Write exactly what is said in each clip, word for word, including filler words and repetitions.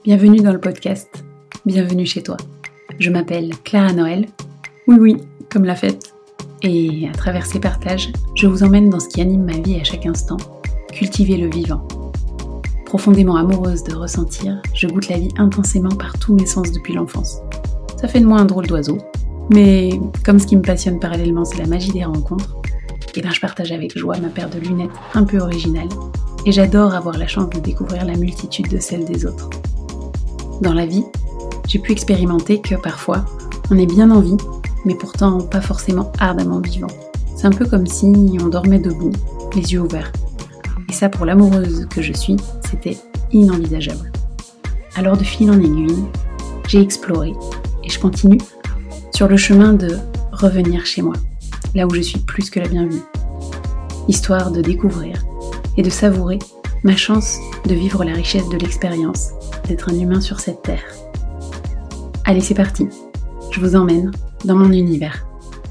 Bienvenue dans le podcast, bienvenue chez toi. Je m'appelle Clara Noël, oui oui, comme la fête. Et à travers ces partages, je vous emmène dans ce qui anime ma vie à chaque instant, cultiver le vivant. Profondément amoureuse de ressentir, je goûte la vie intensément par tous mes sens depuis l'enfance. Ça fait de moi un drôle d'oiseau, mais comme ce qui me passionne parallèlement c'est la magie des rencontres, et ben je partage avec joie ma paire de lunettes un peu originale, et j'adore avoir la chance de découvrir la multitude de celles des autres. Dans la vie, j'ai pu expérimenter que parfois, on est bien en vie, mais pourtant pas forcément ardemment vivant. C'est un peu comme si on dormait debout, les yeux ouverts. Et ça, pour l'amoureuse que je suis, c'était inenvisageable. Alors de fil en aiguille, j'ai exploré, et je continue, sur le chemin de revenir chez moi, là où je suis plus que la bienvenue. Histoire de découvrir et de savourer ma chance de vivre la richesse de l'expérience, d'être un humain sur cette terre. Allez, c'est parti, je vous emmène dans mon univers.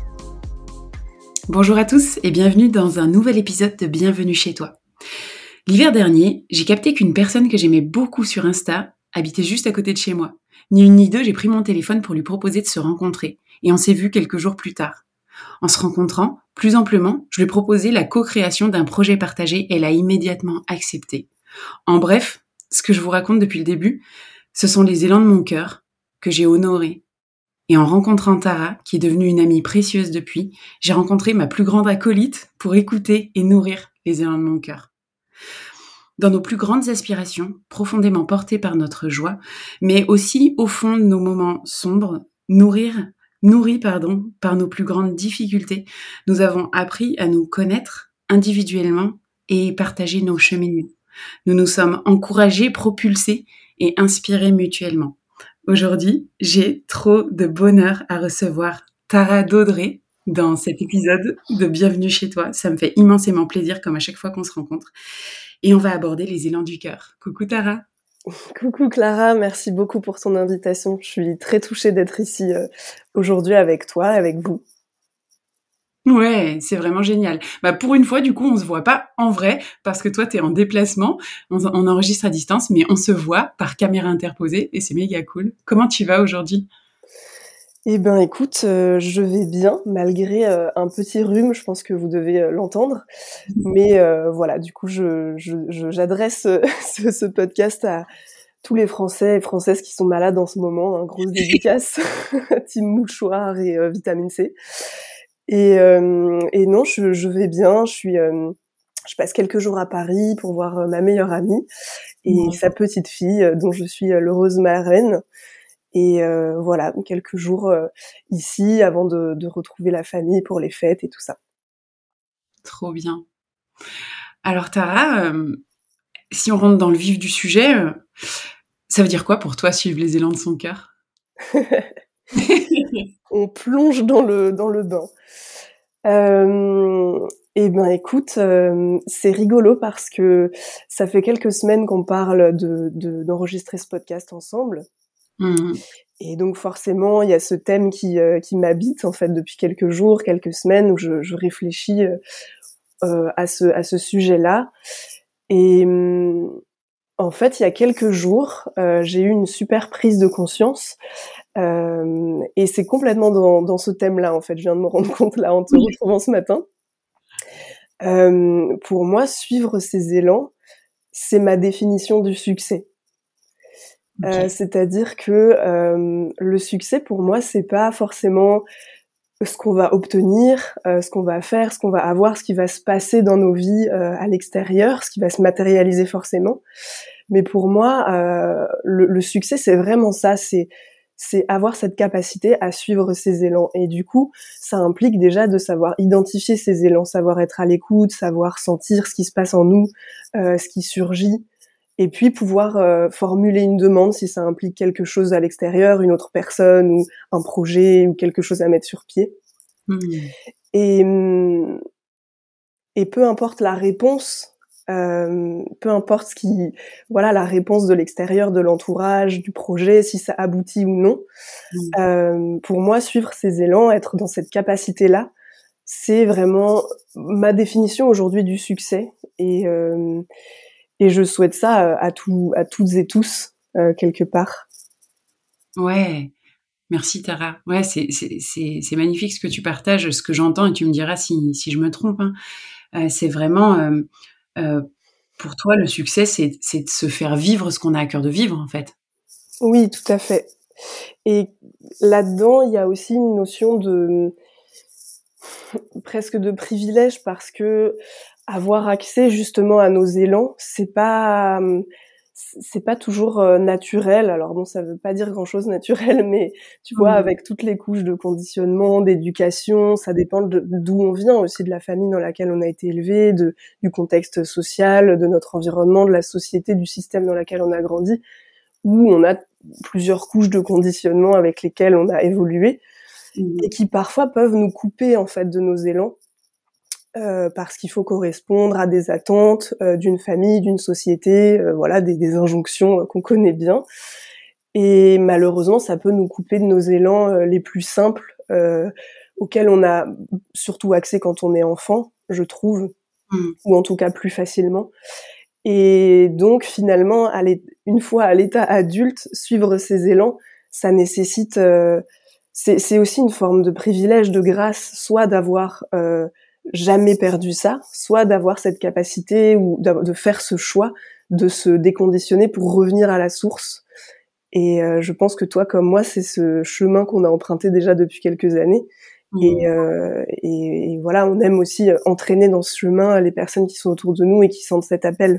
Bonjour à tous et bienvenue dans un nouvel épisode de Bienvenue chez toi. L'hiver dernier, j'ai capté qu'une personne que j'aimais beaucoup sur Insta habitait juste à côté de chez moi. Ni une ni deux, j'ai pris mon téléphone pour lui proposer de se rencontrer et on s'est vu quelques jours plus tard. En se rencontrant, plus amplement, je lui ai proposé la co-création d'un projet partagé et elle a immédiatement accepté. En bref, ce que je vous raconte depuis le début, ce sont les élans de mon cœur que j'ai honorés. Et en rencontrant Tara, qui est devenue une amie précieuse depuis, j'ai rencontré ma plus grande acolyte pour écouter et nourrir les élans de mon cœur. Dans nos plus grandes aspirations, profondément portées par notre joie, mais aussi au fond de nos moments sombres, nourrir, nourris pardon, par nos plus grandes difficultés, nous avons appris à nous connaître individuellement et partager nos cheminements. Nous nous sommes encouragés, propulsés et inspirés mutuellement. Aujourd'hui, j'ai trop de bonheur à recevoir Tara Daudré dans cet épisode de Bienvenue chez toi. Ça me fait immensément plaisir comme à chaque fois qu'on se rencontre. Et on va aborder les élans du cœur. Coucou Tara. Coucou Clara, merci beaucoup pour ton invitation. Je suis très touchée d'être ici euh, aujourd'hui avec toi, avec vous. Ouais, c'est vraiment génial. Bah pour une fois, du coup, on se voit pas en vrai parce que toi, t'es en déplacement. On, on enregistre à distance, mais on se voit par caméra interposée et c'est méga cool. Comment tu vas aujourd'hui ? Eh ben écoute, euh, je vais bien malgré euh, un petit rhume, je pense que vous devez euh, l'entendre. Mais euh, voilà, du coup, je, je, je, j'adresse euh, ce, ce podcast à tous les Français et Françaises qui sont malades en ce moment. Hein, grosse dédicace, team mouchoir et euh, vitamine C. Et, euh, et non, je, je vais bien. Je suis, euh, je passe quelques jours à Paris pour voir euh, ma meilleure amie et Ouais. sa petite fille, euh, dont je suis euh, l'heureuse marraine. Et euh, voilà, quelques jours euh, ici avant de, de retrouver la famille pour les fêtes et tout ça. Trop bien. Alors Tara, euh, si on rentre dans le vif du sujet, euh, ça veut dire quoi pour toi suivre les élans de son cœur ? On plonge dans le dans le bain. Euh, eh ben écoute, euh, c'est rigolo parce que ça fait quelques semaines qu'on parle de, de d'enregistrer ce podcast ensemble. Mmh. Et donc forcément, il y a ce thème qui euh, qui m'habite en fait depuis quelques jours, quelques semaines où je, je réfléchis euh, euh, à ce à ce sujet-là. Et hum, en fait, il y a quelques jours, euh, j'ai eu une super prise de conscience. Euh, et c'est complètement dans, dans ce thème-là, en fait. Je viens de me rendre compte, là, en te Oui. retrouvant ce matin. Euh, pour moi, suivre ces élans, c'est ma définition du succès. Ok. Euh, c'est-à-dire que euh, le succès, pour moi, c'est pas forcément ce qu'on va obtenir, euh, ce qu'on va faire, ce qu'on va avoir, ce qui va se passer dans nos vies euh, à l'extérieur, ce qui va se matérialiser forcément. Mais pour moi, euh, le, le succès, c'est vraiment ça, c'est c'est avoir cette capacité à suivre ses élans. Et du coup, ça implique déjà de savoir identifier ses élans, savoir être à l'écoute, savoir sentir ce qui se passe en nous, euh, ce qui surgit, et puis pouvoir euh, formuler une demande si ça implique quelque chose à l'extérieur, une autre personne ou un projet ou quelque chose à mettre sur pied. Mmh. Et, et peu importe la réponse, Euh, peu importe ce qui, voilà, la réponse de l'extérieur, de l'entourage, du projet, si ça aboutit ou non. Mmh. Euh, pour moi, suivre ces élans, être dans cette capacité-là, c'est vraiment ma définition aujourd'hui du succès. Et, euh, et je souhaite ça à, tout, à toutes et tous euh, quelque part. Ouais, merci Tara. Ouais, c'est, c'est, c'est, c'est magnifique ce que tu partages, ce que j'entends, et tu me diras si, si je me trompe, hein. Euh, c'est vraiment, euh, euh, pour toi, le succès, c'est, c'est de se faire vivre ce qu'on a à cœur de vivre, en fait. Oui, tout à fait. Et là-dedans, il y a aussi une notion de presque de privilège, parce que avoir accès justement à nos élans, c'est pas c'est pas toujours euh, naturel. Alors bon, ça veut pas dire grand-chose naturel, mais tu vois, Mmh. avec toutes les couches de conditionnement, d'éducation, ça dépend de, d'où on vient aussi, de la famille dans laquelle on a été élevé, de du contexte social, de notre environnement, de la société, du système dans lequel on a grandi, où on a plusieurs couches de conditionnement avec lesquelles on a évolué Mmh. et qui parfois peuvent nous couper en fait de nos élans, euh, parce qu'il faut correspondre à des attentes euh, d'une famille, d'une société, euh, voilà, des, des injonctions euh, qu'on connaît bien. Et malheureusement, ça peut nous couper de nos élans euh, les plus simples, euh, auxquels on a surtout accès quand on est enfant, je trouve, Mmh. ou en tout cas plus facilement. Et donc finalement, à une fois à l'état adulte, suivre ces élans, ça nécessite, euh, c'est, c'est aussi une forme de privilège, de grâce, soit d'avoir euh, jamais perdu ça, soit d'avoir cette capacité ou de faire ce choix de se déconditionner pour revenir à la source. Et euh, je pense que toi comme moi, c'est ce chemin qu'on a emprunté déjà depuis quelques années. Et, Mmh. euh, et, et voilà, on aime aussi entraîner dans ce chemin les personnes qui sont autour de nous et qui sentent cet appel.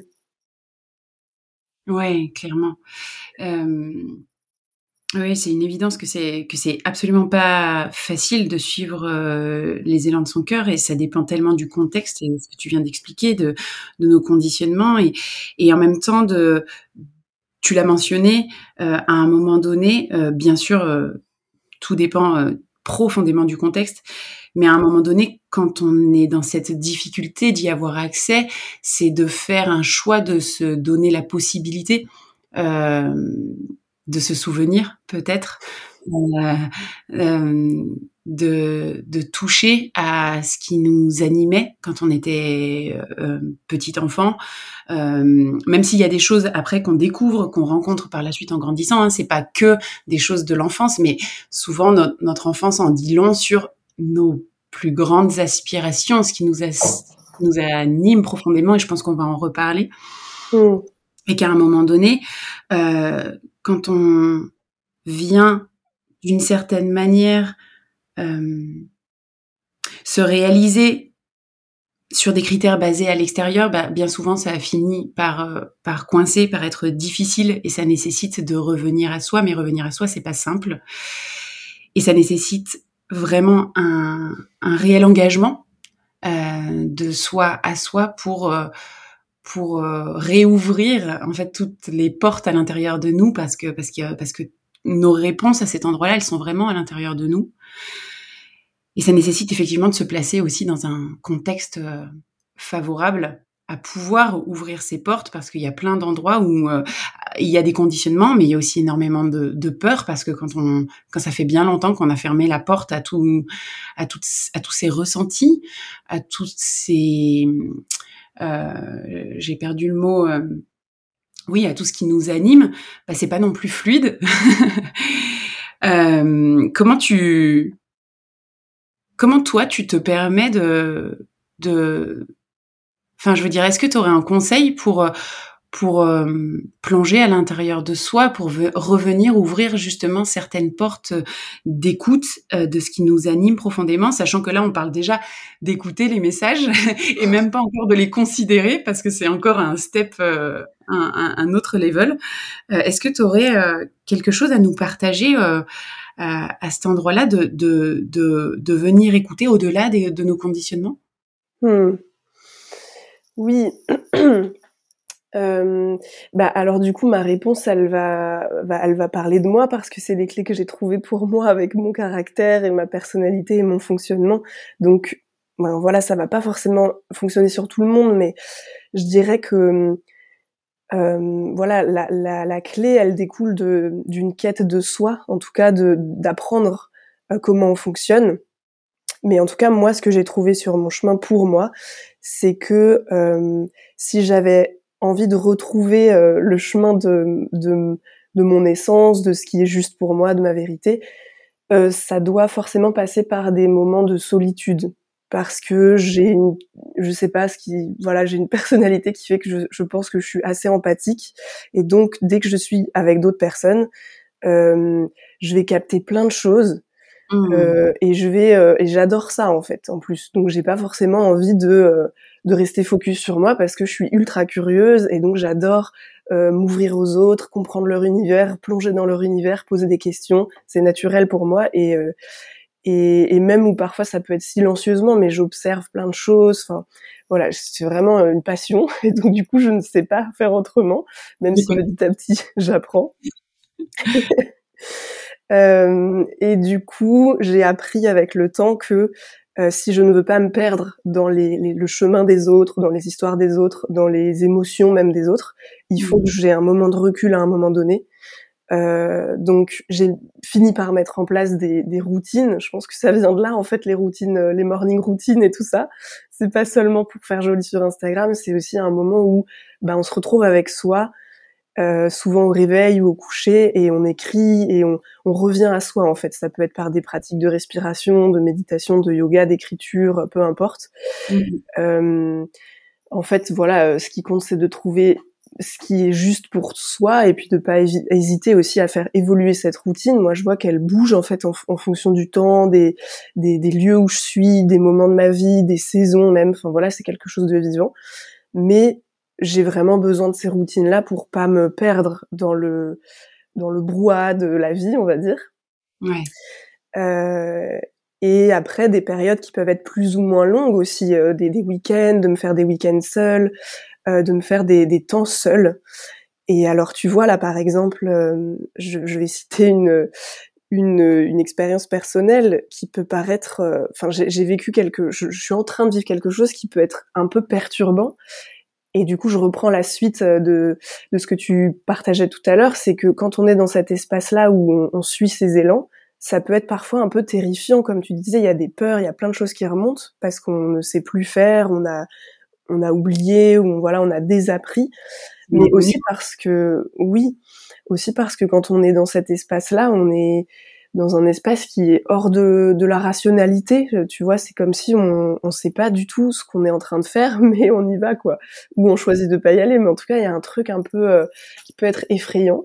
Ouais, clairement. Euh, oui, c'est une évidence que c'est que c'est absolument pas facile de suivre euh, les élans de son cœur, et ça dépend tellement du contexte et ce que tu viens d'expliquer, de, de nos conditionnements, et, et en même temps de, tu l'as mentionné, euh, à un moment donné, euh, bien sûr, euh, tout dépend euh, profondément du contexte, mais à un moment donné, quand on est dans cette difficulté d'y avoir accès, c'est de faire un choix, de se donner la possibilité euh, de se souvenir, peut-être, euh, euh, de, de toucher à ce qui nous animait quand on était euh, petit enfant, euh, même s'il y a des choses après qu'on découvre, qu'on rencontre par la suite en grandissant, hein, c'est pas que des choses de l'enfance, mais souvent no- notre enfance en dit long sur nos plus grandes aspirations, ce qui nous, as- nous anime profondément, et je pense qu'on va en reparler. Mmh. Et qu'à un moment donné, euh, quand on vient d'une certaine manière euh, se réaliser sur des critères basés à l'extérieur, bah, bien souvent ça a fini par, euh, par coincer, par être difficile, et ça nécessite de revenir à soi, mais revenir à soi, c'est pas simple. Et ça nécessite vraiment un, un réel engagement euh, de soi à soi pour, euh, pour euh, réouvrir en fait toutes les portes à l'intérieur de nous, parce que, parce que, parce que nos réponses à cet endroit-là, elles sont vraiment à l'intérieur de nous. Et ça nécessite effectivement de se placer aussi dans un contexte euh, favorable à pouvoir ouvrir ces portes, parce qu'il y a plein d'endroits où euh, il y a des conditionnements, mais il y a aussi énormément de, de peur, parce que quand on, quand ça fait bien longtemps qu'on a fermé la porte à tout, à toutes, à tous ces ressentis, à toutes ces, euh, j'ai perdu le mot, euh, oui, à tout ce qui nous anime, bah, c'est pas non plus fluide. euh, comment tu, comment toi tu te permets de, de, enfin, je veux dire, est-ce que tu aurais un conseil pour pour euh, plonger à l'intérieur de soi, pour ve- revenir ouvrir justement certaines portes d'écoute euh, de ce qui nous anime profondément, sachant que là, on parle déjà d'écouter les messages et même pas encore de les considérer, parce que c'est encore un step, euh, un, un, un autre level. Euh, est-ce que tu aurais euh, quelque chose à nous partager euh, à, à cet endroit-là, de, de, de, de venir écouter au-delà des, de nos conditionnements? Mmh. Oui. Euh, bah alors du coup ma réponse elle va, va elle va parler de moi, parce que c'est les clés que j'ai trouvées pour moi avec mon caractère et ma personnalité et mon fonctionnement. Donc ben voilà, ça va pas forcément fonctionner sur tout le monde, mais je dirais que euh, voilà, la, la, la clé elle découle de d'une quête de soi, en tout cas de d'apprendre euh, comment on fonctionne. Mais en tout cas moi ce que j'ai trouvé sur mon chemin pour moi, c'est que euh, si j'avais envie de retrouver euh, le chemin de, de de mon essence, de ce qui est juste pour moi, de ma vérité, euh, ça doit forcément passer par des moments de solitude. Parce que j'ai une, je sais pas ce qui, voilà, j'ai une personnalité qui fait que je, je pense que je suis assez empathique. Et donc, dès que je suis avec d'autres personnes, euh, je vais capter plein de choses. Mmh. Euh, et je vais euh, et j'adore ça en fait en plus, donc j'ai pas forcément envie de euh, de rester focus sur moi parce que je suis ultra curieuse et donc j'adore euh, m'ouvrir aux autres, comprendre leur univers, plonger dans leur univers, poser des questions, c'est naturel pour moi. Et euh, et, et même où parfois ça peut être silencieusement, mais j'observe plein de choses, enfin voilà, c'est vraiment une passion et donc du coup je ne sais pas faire autrement, même si petit à petit j'apprends. Euh, et du coup, j'ai appris avec le temps que euh, si je ne veux pas me perdre dans les, les, le chemin des autres, dans les histoires des autres, dans les émotions même des autres, il faut mmh. que j'ai un moment de recul à un moment donné. Euh, donc j'ai fini par mettre en place des, des routines. Je pense que ça vient de là en fait, les routines, les morning routines et tout ça. C'est pas seulement pour faire joli sur Instagram, c'est aussi un moment où bah, on se retrouve avec soi. Euh, souvent au réveil ou au coucher, et on écrit et on, on revient à soi en fait. Ça peut être par des pratiques de respiration, de méditation, de yoga, d'écriture, peu importe. Mmh. Euh, en fait, voilà, ce qui compte, c'est de trouver ce qui est juste pour soi et puis de pas évi- hésiter aussi à faire évoluer cette routine. Moi, je vois qu'elle bouge en fait en, en fonction du temps, des, des, des lieux où je suis, des moments de ma vie, des saisons même. Enfin voilà, c'est quelque chose de vivant. Mais j'ai vraiment besoin de ces routines-là pour pas me perdre dans le dans le brouhaha de la vie, on va dire. Ouais. Euh, et après, des périodes qui peuvent être plus ou moins longues aussi, euh, des, des week-ends, de me faire des week-ends seuls, euh, de me faire des, des temps seuls. Et alors, tu vois, là, par exemple, euh, je, je vais citer une une, une expérience personnelle qui peut paraître... Enfin, euh, j'ai, j'ai vécu quelque... Je, je suis en train de vivre quelque chose qui peut être un peu perturbant. Et du coup, je reprends la suite de, de ce que tu partageais tout à l'heure, c'est que quand on est dans cet espace-là où on, on suit ses élans, ça peut être parfois un peu terrifiant, comme tu disais, il y a des peurs, il y a plein de choses qui remontent parce qu'on ne sait plus faire, on a, on a oublié, ou on, voilà, on a désappris. Mais aussi parce que, oui, aussi parce que quand on est dans cet espace-là, on est dans un espace qui est hors de, de la rationalité, tu vois, c'est comme si on on sait pas du tout ce qu'on est en train de faire, mais on y va, quoi. Ou on choisit de pas y aller, mais en tout cas, il y a un truc un peu euh, qui peut être effrayant.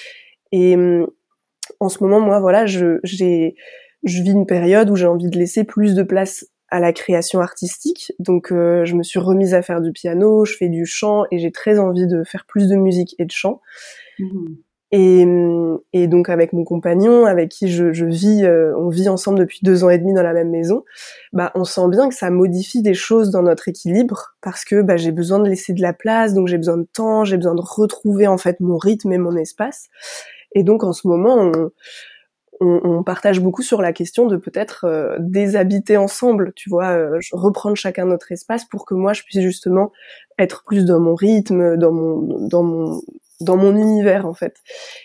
Et euh, en ce moment, moi, voilà, je, j'ai, je vis une période où j'ai envie de laisser plus de place à la création artistique, donc euh, je me suis remise à faire du piano, je fais du chant, et j'ai très envie de faire plus de musique et de chant. Mmh. Et, et donc avec mon compagnon, avec qui je, je vis, euh, on vit ensemble depuis deux ans et demi dans la même maison, bah on sent bien que ça modifie des choses dans notre équilibre, parce que bah j'ai besoin de laisser de la place, donc j'ai besoin de temps, j'ai besoin de retrouver en fait mon rythme et mon espace. Et donc en ce moment, on, on, on partage beaucoup sur la question de peut-être euh, déshabiter ensemble, tu vois, euh, reprendre chacun notre espace pour que moi je puisse justement être plus dans mon rythme, dans mon dans mon dans mon univers en fait.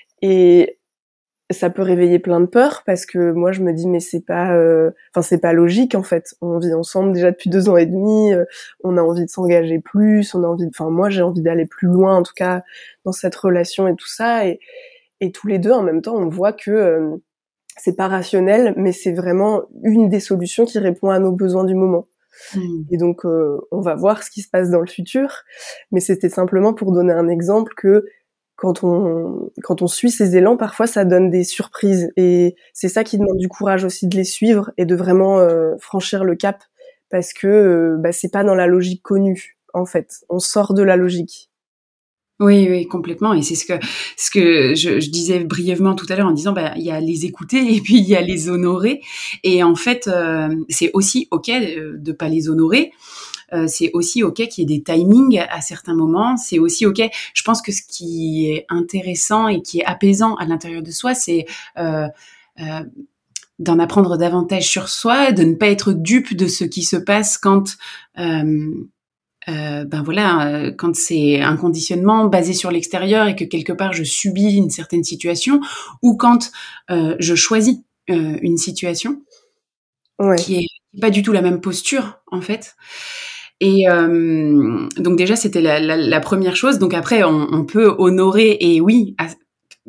Et ça peut réveiller plein de peurs parce que moi je me dis mais c'est pas euh... enfin c'est pas logique en fait. On vit ensemble déjà depuis deux ans et demi, euh, on a envie de s'engager plus, on a envie de... enfin moi j'ai envie d'aller plus loin en tout cas dans cette relation et tout ça, et et tous les deux en même temps on voit que euh, c'est pas rationnel, mais c'est vraiment une des solutions qui répond à nos besoins du moment. Mmh. Et donc, euh, on va voir ce qui se passe dans le futur. Mais c'était simplement pour donner un exemple que quand on, quand on suit ses élans, parfois ça donne des surprises. Et c'est ça qui demande du courage aussi, de les suivre et de vraiment euh, franchir le cap. Parce que euh, bah, c'est pas dans la logique connue, en fait. On sort de la logique. Oui, oui, complètement. Et c'est ce que, ce que je, je disais brièvement tout à l'heure en disant, bah, il y a les écouter et puis il y a les honorer. Et en fait, euh, c'est aussi OK de pas les honorer. Euh, c'est aussi OK qu'il y ait des timings à certains moments. C'est aussi OK. Je pense que ce qui est intéressant et qui est apaisant à l'intérieur de soi, c'est euh, euh, d'en apprendre davantage sur soi, de ne pas être dupe de ce qui se passe quand... Euh, Euh, ben voilà, euh, quand c'est un conditionnement basé sur l'extérieur et que quelque part je subis une certaine situation, ou quand euh, je choisis euh, une situation ouais. qui est pas du tout la même posture en fait. Et euh, donc déjà c'était la, la, la première chose. Donc après on, on peut honorer, et oui, à,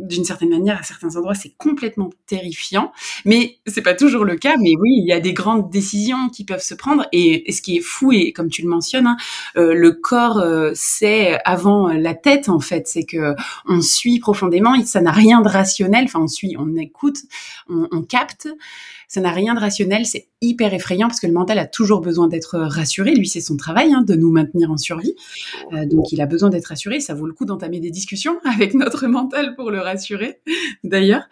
d'une certaine manière, à certains endroits, c'est complètement terrifiant, mais c'est pas toujours le cas. Mais oui, il y a des grandes décisions qui peuvent se prendre, et, et ce qui est fou, et comme tu le mentionnes, hein, euh, le corps euh, c'est avant la tête en fait, c'est que on suit profondément, ça n'a rien de rationnel. Enfin, on suit, on écoute, on, on capte. Ça n'a rien de rationnel, c'est hyper effrayant parce que le mental a toujours besoin d'être rassuré. Lui, c'est son travail, hein, de nous maintenir en survie. Euh, donc, il a besoin d'être rassuré. Ça vaut le coup d'entamer des discussions avec notre mental pour le rassurer, d'ailleurs.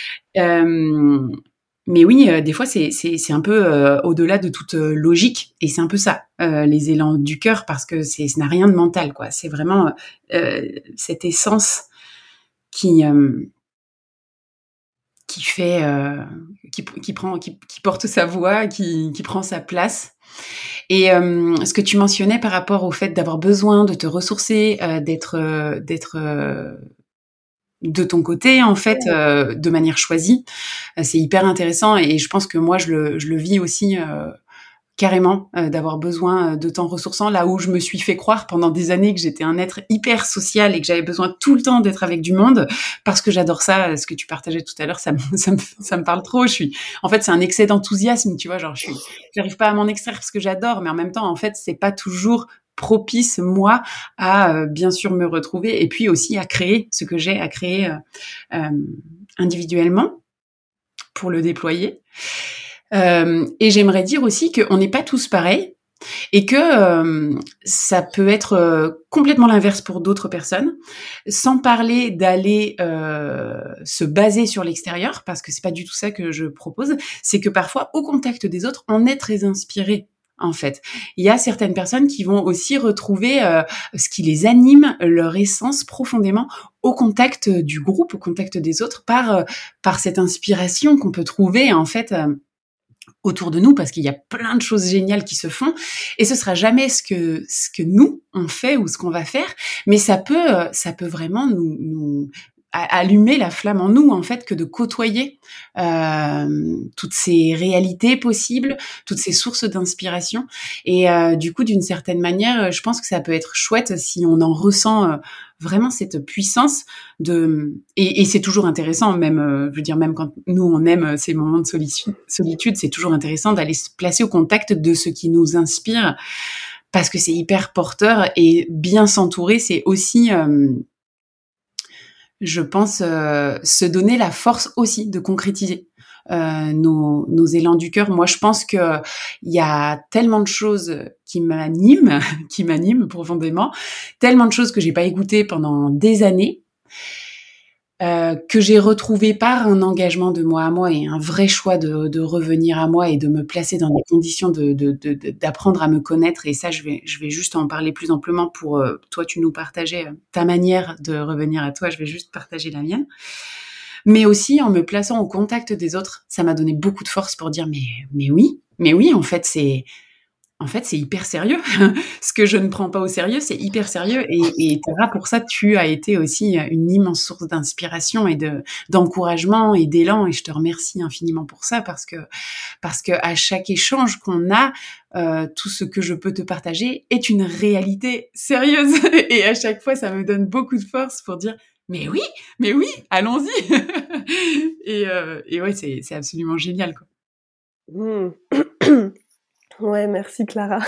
Euh, mais oui, euh, des fois, c'est, c'est, c'est un peu euh, au-delà de toute euh, logique. Et c'est un peu ça, euh, les élans du cœur, parce que c'est, ça n'a rien de mental, quoi. C'est vraiment euh, cette essence qui... Euh, qui fait, euh, qui, qui prend, qui, qui porte sa voix, qui, qui prend sa place. Et euh, ce que tu mentionnais par rapport au fait d'avoir besoin de te ressourcer, euh, d'être, euh, d'être euh, de ton côté en fait, euh, de manière choisie, euh, c'est hyper intéressant. Et je pense que moi, je le, je le vis aussi. Euh, carrément, euh, d'avoir besoin de temps ressourçant, là où je me suis fait croire pendant des années que j'étais un être hyper social et que j'avais besoin tout le temps d'être avec du monde, parce que j'adore ça. Ce que tu partageais tout à l'heure, ça me, ça me, ça me parle trop. Je suis, en fait, c'est un excès d'enthousiasme, tu vois, genre, je suis, j'arrive pas à m'en extraire parce que j'adore, mais en même temps, en fait, c'est pas toujours propice, moi, à euh, bien sûr me retrouver, et puis aussi à créer ce que j'ai à créer euh, euh, individuellement pour le déployer. Euh, et j'aimerais dire aussi qu'on n'est pas tous pareils, et que euh, ça peut être euh, complètement l'inverse pour d'autres personnes, sans parler d'aller euh, se baser sur l'extérieur, parce que c'est pas du tout ça que je propose. C'est que parfois, au contact des autres, on est très inspiré. En fait, il y a certaines personnes qui vont aussi retrouver euh, ce qui les anime, leur essence profondément au contact du groupe, au contact des autres, par euh, par cette inspiration qu'on peut trouver en fait. Euh, autour de nous, parce qu'il y a plein de choses géniales qui se font, et ce sera jamais ce que ce que nous on fait ou ce qu'on va faire, mais ça peut ça peut vraiment nous nous allumer la flamme en nous, en fait, que de côtoyer euh, toutes ces réalités possibles, toutes ces sources d'inspiration. Et euh, du coup, d'une certaine manière, je pense que ça peut être chouette si on en ressent euh, vraiment cette puissance de. Et, et c'est toujours intéressant, même, euh, je veux dire, même quand nous on aime ces moments de solitude, solitude, c'est toujours intéressant d'aller se placer au contact de ce qui nous inspire, parce que c'est hyper porteur. Et bien s'entourer, c'est aussi euh, je pense, euh, se donner la force aussi de concrétiser euh, nos, nos élans du cœur. Moi, je pense que il y a tellement de choses qui m'animent, qui m'animent profondément, tellement de choses que j'ai pas écoutées pendant des années, euh, que j'ai retrouvé par un engagement de moi à moi et un vrai choix de, de revenir à moi et de me placer dans des conditions de, de, de, de d'apprendre à me connaître. Et ça, je vais, je vais juste en parler plus amplement pour euh, toi, tu nous partageais ta manière de revenir à toi. Je vais juste partager la mienne. Mais aussi en me plaçant au contact des autres, ça m'a donné beaucoup de force pour dire mais, mais oui, mais oui, en fait, c'est, en fait, c'est hyper sérieux. Ce que je ne prends pas au sérieux, c'est hyper sérieux. Et, et Tara, pour ça, tu as été aussi une immense source d'inspiration et de, d'encouragement et d'élan. Et je te remercie infiniment pour ça, parce que, parce que à chaque échange qu'on a, euh, tout ce que je peux te partager est une réalité sérieuse. Et à chaque fois, ça me donne beaucoup de force pour dire mais oui, mais oui, allons-y. et, euh, et ouais, c'est, c'est absolument génial, quoi. Mmh. Ouais, merci Clara.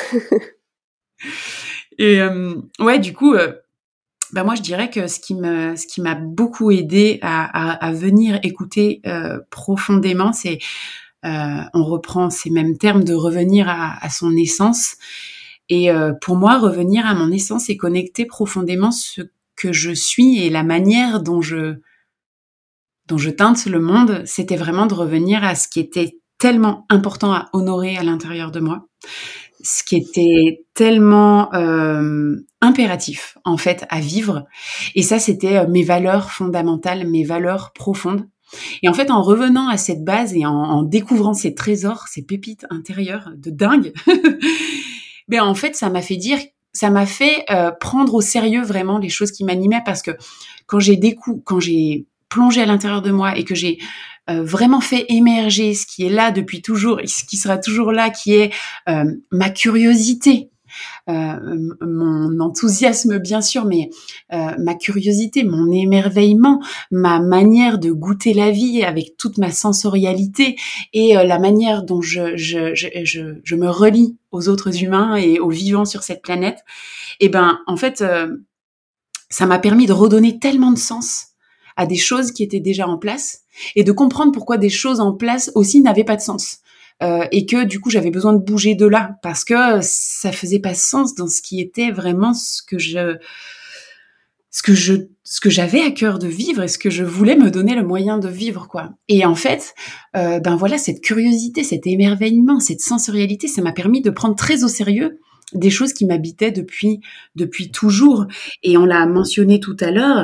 Et euh, ouais, du coup, euh, bah moi je dirais que ce qui me, ce qui m'a beaucoup aidé à, à, à venir écouter euh, profondément, c'est, euh, on reprend ces mêmes termes de revenir à, à son essence. Et euh, pour moi, revenir à mon essence et connecter profondément ce que je suis et la manière dont je, dont je teinte le monde, c'était vraiment de revenir à ce qui était tellement important à honorer à l'intérieur de moi, ce qui était tellement euh, impératif en fait à vivre. Et ça, c'était euh, mes valeurs fondamentales, mes valeurs profondes. Et en fait, en revenant à cette base et en, en découvrant ces trésors, ces pépites intérieures de dingue, ben en fait, ça m'a fait dire, ça m'a fait euh, prendre au sérieux vraiment les choses qui m'animaient, parce que quand j'ai décou- quand j'ai plongé à l'intérieur de moi et que j'ai euh, vraiment fait émerger ce qui est là depuis toujours et ce qui sera toujours là, qui est euh, ma curiosité, euh, mon enthousiasme bien sûr, mais euh, ma curiosité, mon émerveillement, ma manière de goûter la vie avec toute ma sensorialité et euh, la manière dont je, je, je, je, je me relie aux autres humains et aux vivants sur cette planète, et ben en fait, euh, ça m'a permis de redonner tellement de sens à des choses qui étaient déjà en place et de comprendre pourquoi des choses en place aussi n'avaient pas de sens. Euh, et que du coup j'avais besoin de bouger de là parce que ça faisait pas sens dans ce qui était vraiment ce que je ce que je ce que j'avais à cœur de vivre et ce que je voulais me donner le moyen de vivre quoi. Et en fait euh, ben voilà, cette curiosité, cet émerveillement, cette sensorialité, ça m'a permis de prendre très au sérieux des choses qui m'habitaient depuis depuis toujours. Et on l'a mentionné tout à l'heure,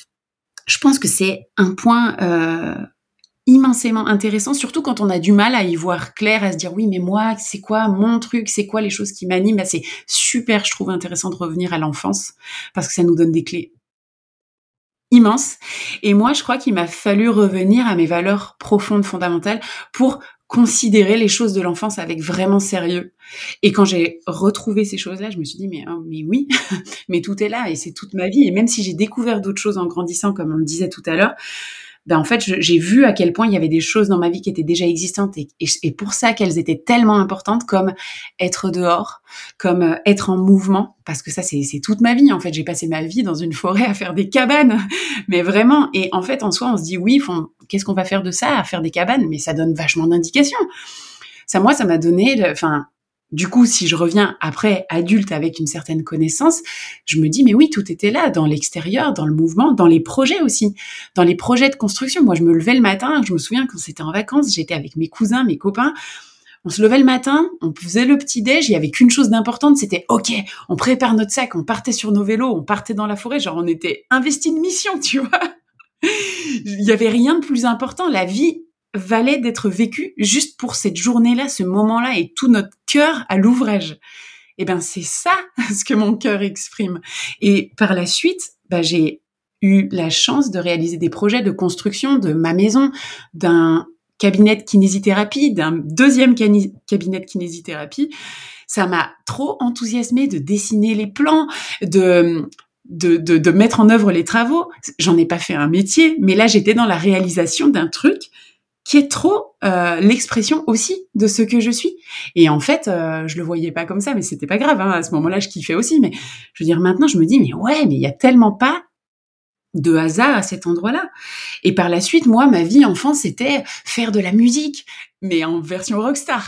je pense que c'est un point euh, immensément intéressant, surtout quand on a du mal à y voir clair, à se dire oui mais moi c'est quoi mon truc, c'est quoi les choses qui m'animent. Bah, c'est super, je trouve intéressant de revenir à l'enfance parce que ça nous donne des clés immenses. Et moi je crois qu'il m'a fallu revenir à mes valeurs profondes, fondamentales pour considérer les choses de l'enfance avec vraiment sérieux. Et quand j'ai retrouvé ces choses-là, je me suis dit mais, oh, mais oui, mais tout est là et c'est toute ma vie. Et même si j'ai découvert d'autres choses en grandissant, comme on le disait tout à l'heure, ben en fait, je, j'ai vu à quel point il y avait des choses dans ma vie qui étaient déjà existantes et, et, et pour ça qu'elles étaient tellement importantes, comme être dehors, comme euh, être en mouvement, parce que ça, c'est, c'est toute ma vie. En fait, j'ai passé ma vie dans une forêt à faire des cabanes, mais vraiment. Et en fait, en soi, on se dit oui, font, qu'est-ce qu'on va faire de ça, à faire des cabanes, mais ça donne vachement d'indications. Ça, moi, ça m'a donné, enfin. Du coup, si je reviens après adulte avec une certaine connaissance, je me dis mais oui, tout était là, dans l'extérieur, dans le mouvement, dans les projets aussi, dans les projets de construction. Moi, je me levais le matin, je me souviens quand c'était en vacances, j'étais avec mes cousins, mes copains, on se levait le matin, on faisait le petit-déj, il y avait qu'une chose d'importante, c'était ok, on prépare notre sac, on partait sur nos vélos, on partait dans la forêt, genre on était investis de mission, tu vois. Il y avait rien de plus important, la vie valait d'être vécu juste pour cette journée-là, ce moment-là, et tout notre cœur à l'ouvrage. Et ben c'est ça ce que mon cœur exprime. Et par la suite, ben, j'ai eu la chance de réaliser des projets de construction de ma maison, d'un cabinet de kinésithérapie, d'un deuxième cani- cabinet de kinésithérapie. Ça m'a trop enthousiasmée de dessiner les plans, de De, de, de mettre en œuvre les travaux. J'en ai pas fait un métier, mais là, j'étais dans la réalisation d'un truc qui est trop euh, l'expression aussi de ce que je suis. Et en fait, euh, je le voyais pas comme ça, mais c'était pas grave. Hein. À ce moment-là, je kiffais aussi. Mais je veux dire, maintenant, je me dis, mais ouais, mais il y a tellement pas de hasard à cet endroit-là. Et par la suite, moi, ma vie enfant, c'était faire de la musique, mais en version rockstar.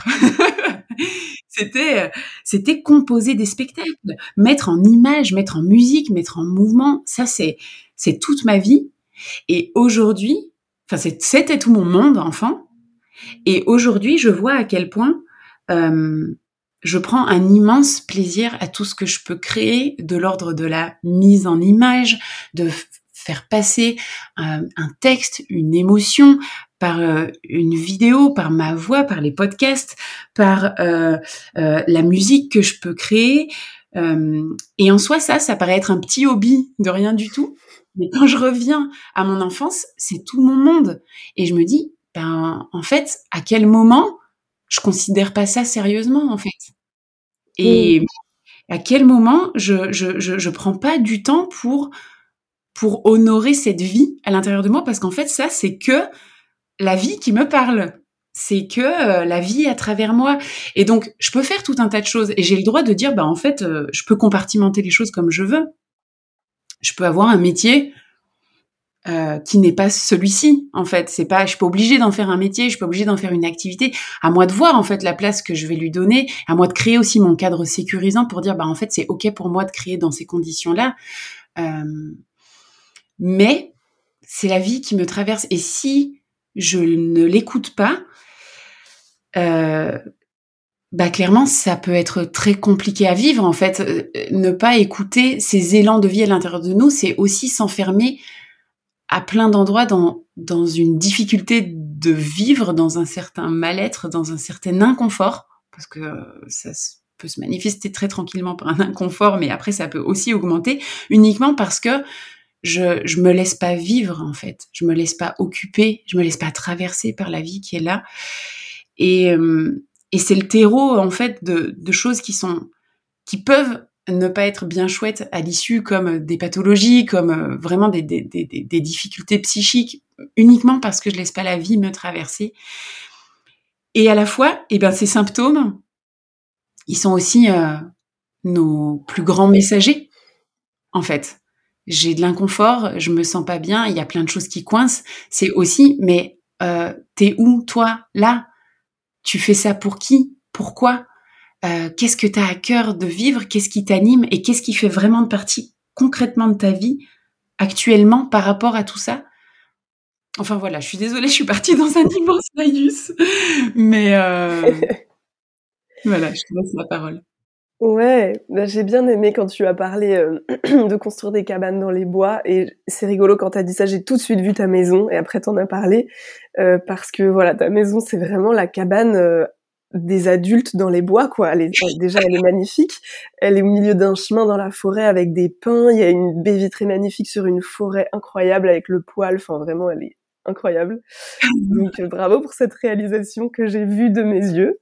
C'était, c'était composer des spectacles, mettre en image, mettre en musique, mettre en mouvement. Ça, c'est, c'est toute ma vie. Et aujourd'hui, enfin, c'est, c'était tout mon monde enfant. Et aujourd'hui, je vois à quel point euh, je prends un immense plaisir à tout ce que je peux créer de l'ordre de la mise en image, de f- faire passer euh, un texte, une émotion par euh, une vidéo, par ma voix, par les podcasts, par euh, euh, la musique que je peux créer. Euh, et en soi, ça, ça paraît être un petit hobby de rien du tout. Mais quand je reviens à mon enfance, c'est tout mon monde. Et je me dis, ben, en fait, à quel moment je considère pas ça sérieusement, en fait? Oui. Et à quel moment je, je, je, je prends pas du temps pour, pour honorer cette vie à l'intérieur de moi? Parce qu'en fait, ça, c'est que la vie qui me parle. C'est que euh, la vie à travers moi. Et donc, je peux faire tout un tas de choses. Et j'ai le droit de dire, bah, en fait, euh, je peux compartimenter les choses comme je veux. Je peux avoir un métier euh, qui n'est pas celui-ci, en fait. C'est pas, je suis pas obligée d'en faire un métier, je suis pas obligée d'en faire une activité. À moi de voir, en fait, la place que je vais lui donner. À moi de créer aussi mon cadre sécurisant pour dire, bah, en fait, c'est OK pour moi de créer dans ces conditions-là. Euh, mais c'est la vie qui me traverse. Et si je ne l'écoute pas, euh, bah clairement, ça peut être très compliqué à vivre, en fait. Euh, ne pas écouter ces élans de vie à l'intérieur de nous, c'est aussi s'enfermer à plein d'endroits dans, dans une difficulté de vivre, dans un certain mal-être, dans un certain inconfort, parce que ça peut se manifester très tranquillement par un inconfort, mais après ça peut aussi augmenter, uniquement parce que je, je me laisse pas vivre, en fait. Je me laisse pas occuper, je me laisse pas traverser par la vie qui est là. Et, euh, et c'est le terreau, en fait, de, de choses qui sont qui peuvent ne pas être bien chouettes à l'issue, comme des pathologies, comme vraiment des, des, des, des difficultés psychiques, uniquement parce que je laisse pas la vie me traverser. Et à la fois, eh ben, ces symptômes, ils sont aussi euh, nos plus grands messagers, en fait. J'ai de l'inconfort, je me sens pas bien, il y a plein de choses qui coincent. C'est aussi, mais euh, t'es où, toi, là? Tu fais ça pour qui? Pourquoi? Euh, qu'est-ce que tu as à cœur de vivre, qu'est-ce qui t'anime et qu'est-ce qui fait vraiment de partie concrètement de ta vie actuellement par rapport à tout ça. Enfin voilà, je suis désolée, je suis partie dans un immense laïus, mais euh, voilà, je te laisse la parole. Ouais, bah, j'ai bien aimé quand tu as parlé euh, de construire des cabanes dans les bois, et c'est rigolo quand t'as dit ça, j'ai tout de suite vu ta maison et après t'en as parlé, euh, parce que voilà, ta maison c'est vraiment la cabane euh, des adultes dans les bois, quoi. Elle est, déjà elle est magnifique, elle est au milieu d'un chemin dans la forêt avec des pins, il y a une baie vitrée magnifique sur une forêt incroyable avec le poêle, enfin vraiment elle est incroyable. Donc euh, bravo pour cette réalisation que j'ai vue de mes yeux.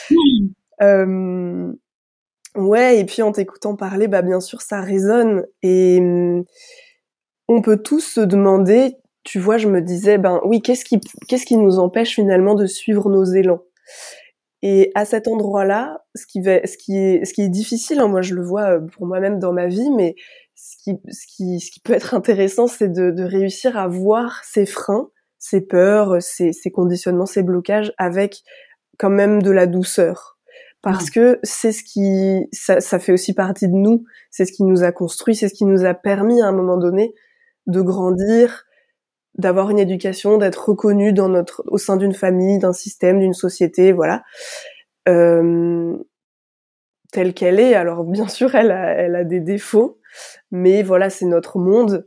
Euh, Ouais, et puis en t'écoutant parler, bah bien sûr ça résonne, et hum, on peut tous se demander, tu vois, je me disais, ben oui, qu'est-ce qui, qu'est-ce qui nous empêche finalement de suivre nos élans? Et à cet endroit-là, ce qui va, ce qui est, ce qui est difficile, hein, moi je le vois euh, pour moi-même dans ma vie, mais ce qui, ce qui, ce qui peut être intéressant, c'est de, de réussir à voir ces freins, ces peurs, ces, ces conditionnements, ces blocages avec quand même de la douceur. Parce Ouais. que c'est ce qui, ça, ça fait aussi partie de nous, c'est ce qui nous a construit, c'est ce qui nous a permis à un moment donné de grandir, d'avoir une éducation, d'être reconnu dans notre, au sein d'une famille, d'un système, d'une société, voilà, euh, telle qu'elle est. Alors bien sûr, elle a, elle a des défauts, mais voilà, c'est notre monde.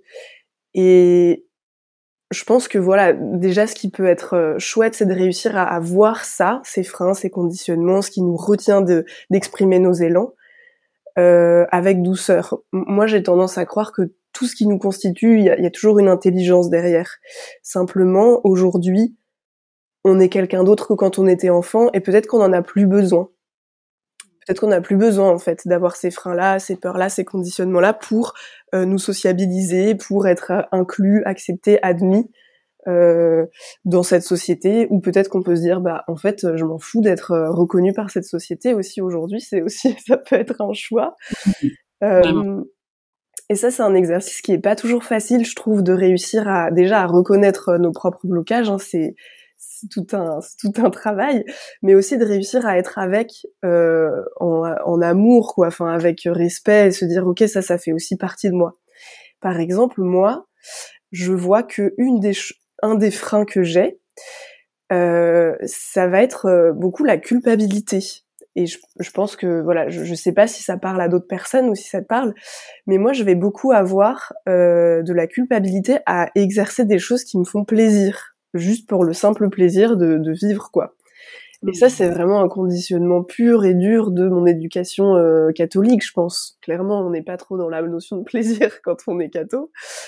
Et je pense que voilà, déjà ce qui peut être euh, chouette, c'est de réussir à, à voir ça, ces freins, ces conditionnements, ce qui nous retient de d'exprimer nos élans, euh, avec douceur. M- Moi, j'ai tendance à croire que tout ce qui nous constitue, il y a, y a toujours une intelligence derrière. Simplement, aujourd'hui, on est quelqu'un d'autre que quand on était enfant, et peut-être qu'on en a plus besoin. Peut-être qu'on n'a plus besoin, en fait, d'avoir ces freins-là, ces peurs-là, ces conditionnements-là pour euh, nous sociabiliser, pour être euh, inclus, accepté, admis euh, dans cette société. Ou peut-être qu'on peut se dire, bah, en fait, je m'en fous d'être euh, reconnu par cette société aussi aujourd'hui. C'est aussi, ça peut être un choix. Vraiment. Euh, et ça, c'est un exercice qui est pas toujours facile, je trouve, de réussir à déjà à reconnaître nos propres blocages. Hein, c'est c'est tout un c'est tout un travail, mais aussi de réussir à être avec euh, en, en amour, quoi, enfin avec respect, et se dire ok, ça, ça fait aussi partie de moi. Par exemple, moi, je vois que une des ch- un des freins que j'ai, euh, ça va être euh, beaucoup la culpabilité. Et je, je pense que voilà, je, je sais pas si ça parle à d'autres personnes ou si ça te parle, mais moi je vais beaucoup avoir euh, de la culpabilité à exercer des choses qui me font plaisir, juste pour le simple plaisir de, de vivre, quoi. Et ça, c'est vraiment un conditionnement pur et dur de mon éducation euh, catholique, je pense. Clairement, on n'est pas trop dans la notion de plaisir quand on est catho.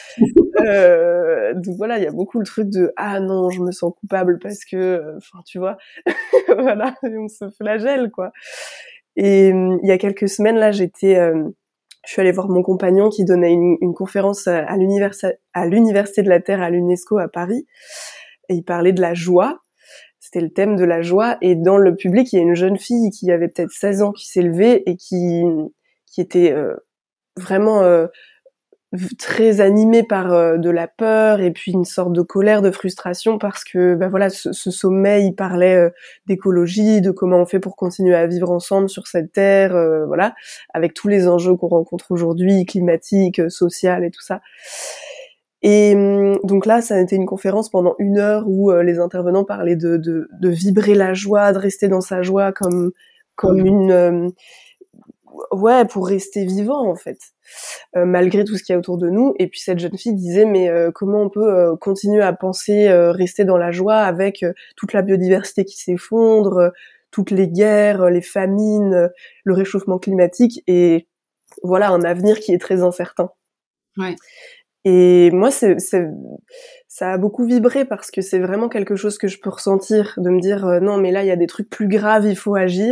Euh, donc voilà, il y a beaucoup le truc de ah non, je me sens coupable parce que, enfin, tu vois, voilà, on se flagelle, quoi. Et euh, il y a quelques semaines là, j'étais, euh, je suis allée voir mon compagnon qui donnait une, une conférence à, à l'université, à l'université de la Terre à l'UNESCO à Paris, et il parlait de la joie. C'était le thème de la joie, et dans le public, il y a une jeune fille qui avait peut-être seize ans qui s'est levée et qui qui était euh, vraiment euh, très animée par euh, de la peur et puis une sorte de colère, de frustration, parce que bah voilà, ce, ce sommet, il parlait euh, d'écologie, de comment on fait pour continuer à vivre ensemble sur cette terre, euh, voilà, avec tous les enjeux qu'on rencontre aujourd'hui, climatiques, euh, sociales et tout ça. Et hum, donc là, ça a été une conférence pendant une heure où euh, les intervenants parlaient de, de, de vibrer la joie, de rester dans sa joie comme comme une euh, ouais, pour rester vivant, en fait, euh, malgré tout ce qu'il y a autour de nous. Et puis cette jeune fille disait, mais euh, comment on peut euh, continuer à penser euh, rester dans la joie avec euh, toute la biodiversité qui s'effondre, euh, toutes les guerres, euh, les famines, euh, le réchauffement climatique, et voilà, un avenir qui est très incertain. Ouais. Et moi, c'est, c'est, ça a beaucoup vibré parce que c'est vraiment quelque chose que je peux ressentir, de me dire euh, non, mais là, il y a des trucs plus graves, il faut agir.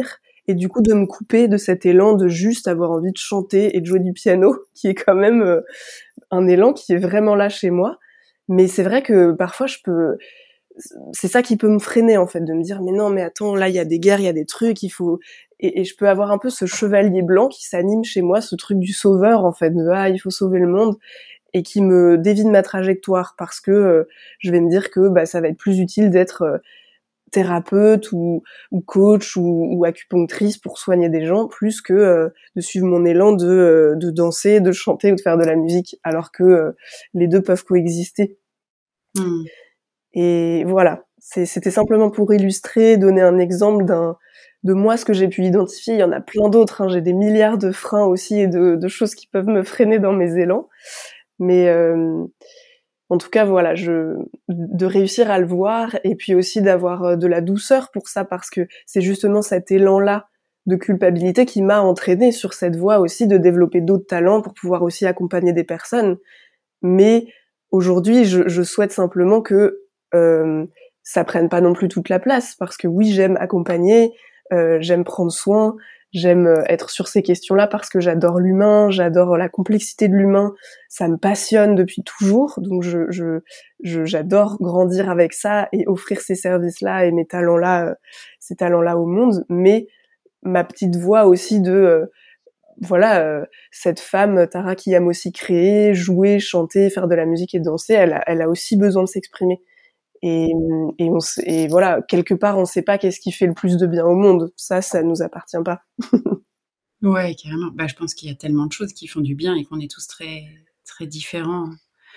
et du coup de me couper de cet élan de juste avoir envie de chanter et de jouer du piano, qui est quand même euh, un élan qui est vraiment là chez moi. Mais c'est vrai que parfois je peux, c'est ça qui peut me freiner en fait, de me dire mais non mais attends, là il y a des guerres, il y a des trucs, il faut, et, et je peux avoir un peu ce chevalier blanc qui s'anime chez moi, ce truc du sauveur en fait, de ah il faut sauver le monde, et qui me dévie de ma trajectoire parce que euh, je vais me dire que bah ça va être plus utile d'être euh, thérapeute ou, ou coach ou, ou acupunctrice pour soigner des gens, plus que euh, de suivre mon élan de, euh, de danser, de chanter ou de faire de la musique, alors que euh, les deux peuvent coexister. Mmh. Et voilà, c'est, c'était simplement pour illustrer, donner un exemple d'un, de moi, ce que j'ai pu identifier. Il y en a plein d'autres, hein. J'ai des milliards de freins aussi et de, de choses qui peuvent me freiner dans mes élans. Mais euh, en tout cas, voilà, je, de réussir à le voir et puis aussi d'avoir de la douceur pour ça, parce que c'est justement cet élan-là de culpabilité qui m'a entraînée sur cette voie aussi de développer d'autres talents pour pouvoir aussi accompagner des personnes. Mais aujourd'hui, je, je souhaite simplement que euh, ça prenne pas non plus toute la place, parce que oui, j'aime accompagner, euh, j'aime prendre soin, j'aime être sur ces questions-là parce que j'adore l'humain, j'adore la complexité de l'humain, ça me passionne depuis toujours, donc je, je, je j'adore grandir avec ça et offrir ces services-là et mes talents-là, euh, ces talents-là au monde. Mais ma petite voix aussi de euh, voilà, euh, cette femme, Tara, qui aime aussi créer, jouer, chanter, faire de la musique et danser, elle a, elle a aussi besoin de s'exprimer. Et, et, on, et voilà, quelque part, on ne sait pas qu'est-ce qui fait le plus de bien au monde. Ça, ça nous appartient pas. Ouais, carrément. Bah, je pense qu'il y a tellement de choses qui font du bien et qu'on est tous très, très différents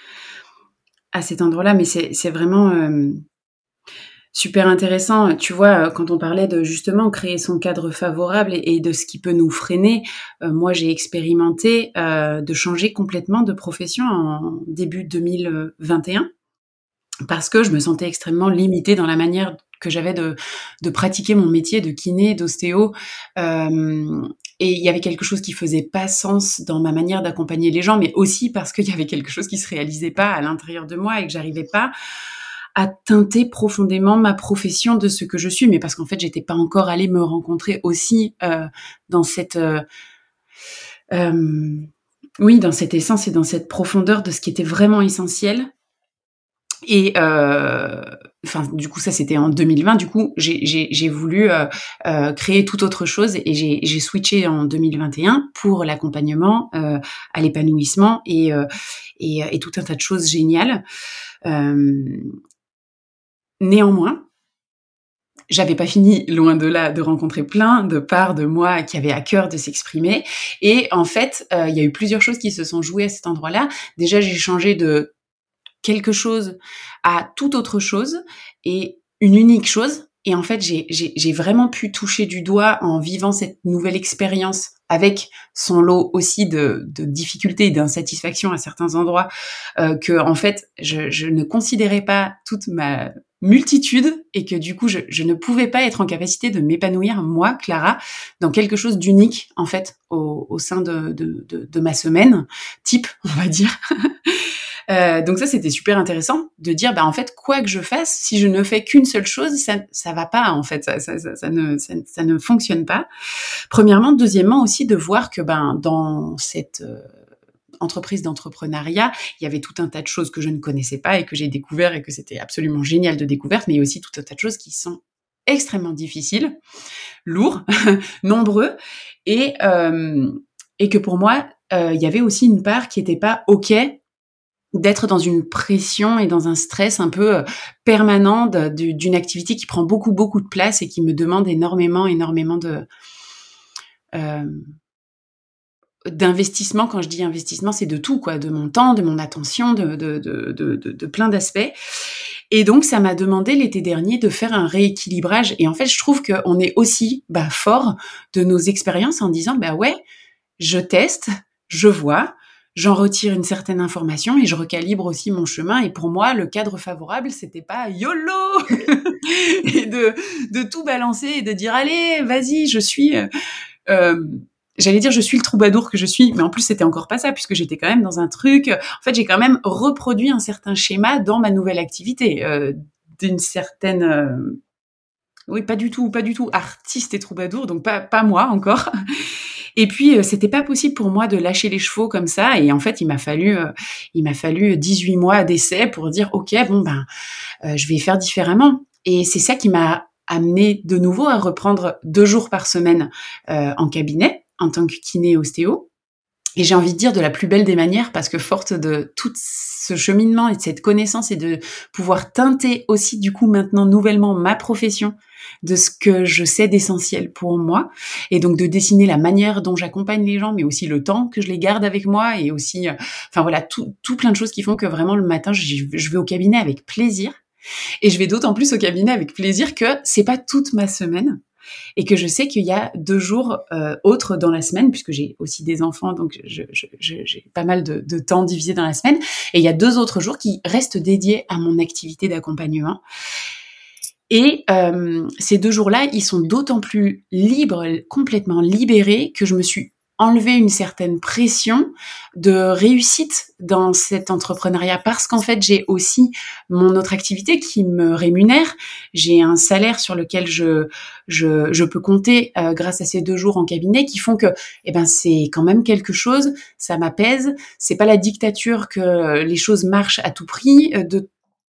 à cet endroit-là. Mais c'est, c'est vraiment euh, super intéressant. Tu vois, quand on parlait de justement créer son cadre favorable et, et de ce qui peut nous freiner, euh, moi, j'ai expérimenté euh, de changer complètement de profession en début deux mille vingt et un. Parce que je me sentais extrêmement limitée dans la manière que j'avais de, de pratiquer mon métier de kiné, d'ostéo. Euh, et il y avait quelque chose qui faisait pas sens dans ma manière d'accompagner les gens, mais aussi parce qu'il y avait quelque chose qui se réalisait pas à l'intérieur de moi et que j'arrivais pas à teinter profondément ma profession de ce que je suis. Mais parce qu'en fait, j'étais pas encore allée me rencontrer aussi euh, dans cette... Euh, euh, oui, dans cette essence et dans cette profondeur de ce qui était vraiment essentiel. Et euh, enfin, du coup, ça c'était en deux mille vingt. Du coup, j'ai, j'ai, j'ai voulu euh, euh, créer toute autre chose et j'ai, j'ai switché en deux mille vingt et un pour l'accompagnement euh, à l'épanouissement et, euh, et, et tout un tas de choses géniales. Euh, néanmoins, j'avais pas fini, loin de là, de rencontrer plein de parts de moi qui avaient à cœur de s'exprimer. Et en fait, euh, il y a eu plusieurs choses qui se sont jouées à cet endroit-là. Déjà, j'ai changé de quelque chose à toute autre chose et une unique chose. Et en fait, j'ai, j'ai, j'ai vraiment pu toucher du doigt en vivant cette nouvelle expérience avec son lot aussi de, de difficultés et d'insatisfaction à certains endroits, euh, que en fait, je, je ne considérais pas toute ma multitude et que du coup, je, je ne pouvais pas être en capacité de m'épanouir, moi, Clara, dans quelque chose d'unique, en fait, au, au sein de, de, de, de ma semaine type, on va dire. Euh, donc ça, c'était super intéressant de dire, bah en fait, quoi que je fasse, si je ne fais qu'une seule chose, ça, ça va pas en fait, ça, ça, ça, ça ne, ça, ça ne fonctionne pas. Premièrement, deuxièmement aussi de voir que ben dans cette euh, entreprise d'entrepreneuriat, il y avait tout un tas de choses que je ne connaissais pas et que j'ai découvert et que c'était absolument génial de découverte, mais il y a aussi tout un tas de choses qui sont extrêmement difficiles, lourds, nombreux, et euh, et que pour moi, euh, il y avait aussi une part qui était pas ok d'être dans une pression et dans un stress un peu permanent de, de, d'une activité qui prend beaucoup, beaucoup de place et qui me demande énormément, énormément de, euh, d'investissement. Quand je dis investissement, c'est de tout, quoi, de mon temps, de mon attention, de, de, de, de, de, de plein d'aspects. Et donc, ça m'a demandé l'été dernier de faire un rééquilibrage. Et en fait, je trouve qu'on est aussi bah, fort de nos expériences en disant, bah ouais, je teste, je vois, j'en retire une certaine information et je recalibre aussi mon chemin. Et pour moi, le cadre favorable, c'était pas YOLO et de, de tout balancer et de dire, allez, vas-y, je suis... Euh, j'allais dire, je suis le troubadour que je suis, mais en plus, c'était encore pas ça, puisque j'étais quand même dans un truc... En fait, j'ai quand même reproduit un certain schéma dans ma nouvelle activité, euh, d'une certaine... Euh, oui, pas du tout, pas du tout artiste et troubadour, donc pas pas moi encore. Et puis, heu, c'était pas possible pour moi de lâcher les chevaux comme ça et en fait, il m'a fallu, heu, il m'a fallu dix-huit mois d'essai pour dire: «OK, bon ben, heu, je vais faire différemment» et c'est ça qui m'a amenée de nouveau à reprendre deux jours par semaine, heu, en cabinet, en tant que kiné ostéo et j'ai envie de dire de la plus belle des manières parce que forte de tout ce cheminement et de cette connaissance et de pouvoir teinter aussi du coup maintenant nouvellement ma profession de ce que je sais d'essentiel pour moi et donc de dessiner la manière dont j'accompagne les gens mais aussi le temps que je les garde avec moi et aussi, heu, enfin voilà tout tout plein de choses qui font que vraiment le matin j'y je vais au cabinet avec plaisir et je vais d'autant plus au cabinet avec plaisir que c'est pas toute ma semaine et que je sais qu'il y a deux jours euh, autres dans la semaine, puisque j'ai aussi des enfants, donc je, je, je, j'ai pas mal de, de temps divisé dans la semaine. Et il y a deux autres jours qui restent dédiés à mon activité d'accompagnement. Et euh, ces deux jours-là, ils sont d'autant plus libres, complètement libérés, que je me suis enlevé une certaine pression de réussite dans cet entrepreneuriat parce qu'en fait, j'ai aussi mon autre activité qui me rémunère. J'ai un salaire sur lequel je je, je peux compter euh, grâce à ces deux jours en cabinet qui font que eh ben c'est quand même quelque chose, ça m'apaise, c'est pas la dictature que les choses marchent à tout prix de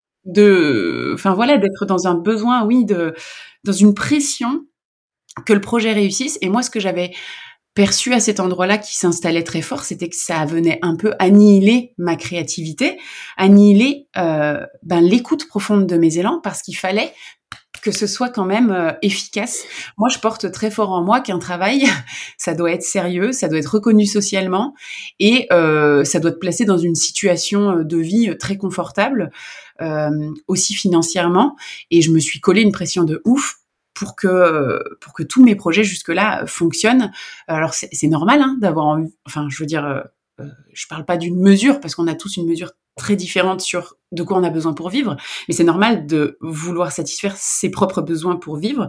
de enfin voilà, d'être dans un besoin, oui, de dans une pression que le projet réussisse et moi ce que j'avais perçu à cet endroit-là qui s'installait très fort, c'était que ça venait un peu annihiler ma créativité, annihiler euh, ben, l'écoute profonde de mes élans parce qu'il fallait que ce soit quand même euh, efficace. Moi, je porte très fort en moi qu'un travail, ça doit être sérieux, ça doit être reconnu socialement et euh, ça doit te placer dans une situation de vie très confortable, euh, aussi financièrement. Et je me suis collé une pression de ouf pour que pour que tous mes projets jusque-là fonctionnent. Alors c'est, c'est normal hein, d'avoir envie, enfin je veux dire, euh, euh, je parle pas d'une mesure parce qu'on a tous une mesure très différente sur de quoi on a besoin pour vivre, mais c'est normal de vouloir satisfaire ses propres besoins pour vivre.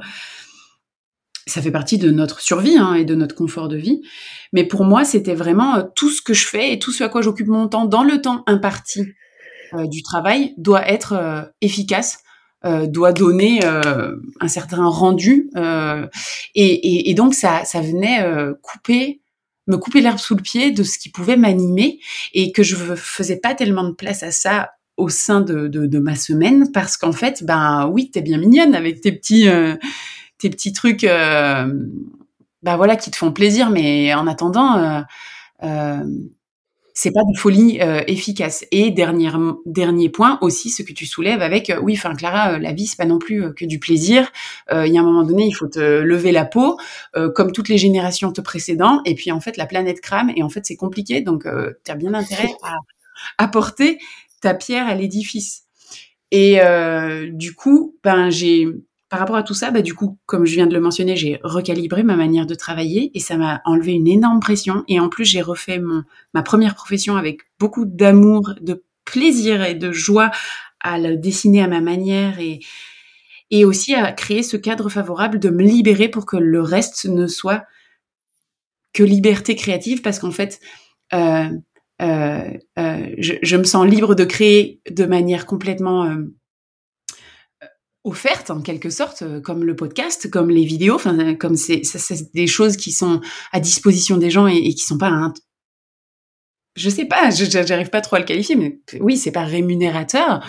Ça fait partie de notre survie hein, et de notre confort de vie. Mais pour moi, c'était vraiment euh, tout ce que je fais et tout ce à quoi j'occupe mon temps dans le temps imparti euh, du travail doit être euh, efficace, euh, doit donner euh, un certain rendu. Euh, et, et, et donc, ça, ça venait euh, couper me couper l'herbe sous le pied de ce qui pouvait m'animer et que je faisais pas tellement de place à ça au sein de, de, de ma semaine parce qu'en fait, ben oui, t'es bien mignonne avec tes petits, euh, tes petits trucs, euh, ben voilà, qui te font plaisir, mais en attendant, euh, euh, c'est pas de folie euh, efficace. Et dernier, dernier point aussi, ce que tu soulèves avec, euh, oui, enfin Clara, euh, la vie c'est pas non plus euh, que du plaisir. Euh, il y a un moment donné, il faut te lever la peau, euh, comme toutes les générations te précédentes. Et puis en fait, la planète crame et en fait c'est compliqué, donc euh, tu as bien intérêt à apporter ta pierre à l'édifice. Et euh, du coup, ben j'ai par rapport à tout ça, bah, du coup, comme je viens de le mentionner, j'ai recalibré ma manière de travailler et ça m'a enlevé une énorme pression. Et en plus, j'ai refait mon, ma première profession avec beaucoup d'amour, de plaisir et de joie à le dessiner à ma manière et, et aussi à créer ce cadre favorable de me libérer pour que le reste ne soit que liberté créative parce qu'en fait, euh, euh, euh, je, je me sens libre de créer de manière complètement euh, offerte en quelque sorte, comme le podcast, comme les vidéos, enfin comme c'est, ça, c'est des choses qui sont à disposition des gens et, et qui sont pas un, je sais pas, je, j'arrive pas trop à le qualifier, mais oui, c'est pas rémunérateur,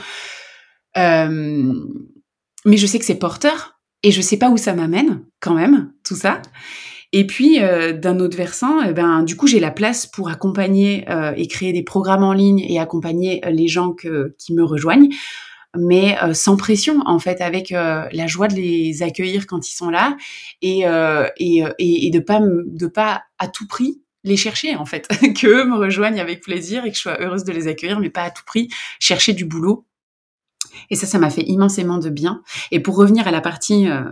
euh, mais je sais que c'est porteur et je sais pas où ça m'amène quand même tout ça. Et puis euh, d'un autre versant, eh ben du coup j'ai la place pour accompagner euh, et créer des programmes en ligne et accompagner les gens que, qui me rejoignent. Mais euh, sans pression en fait, avec euh, la joie de les accueillir quand ils sont là et euh, et, et, et de pas de pas à tout prix les chercher en fait, qu'eux me rejoignent avec plaisir et que je sois heureuse de les accueillir, mais pas à tout prix chercher du boulot. Et ça, ça m'a fait immensément de bien. Et pour revenir à la partie euh,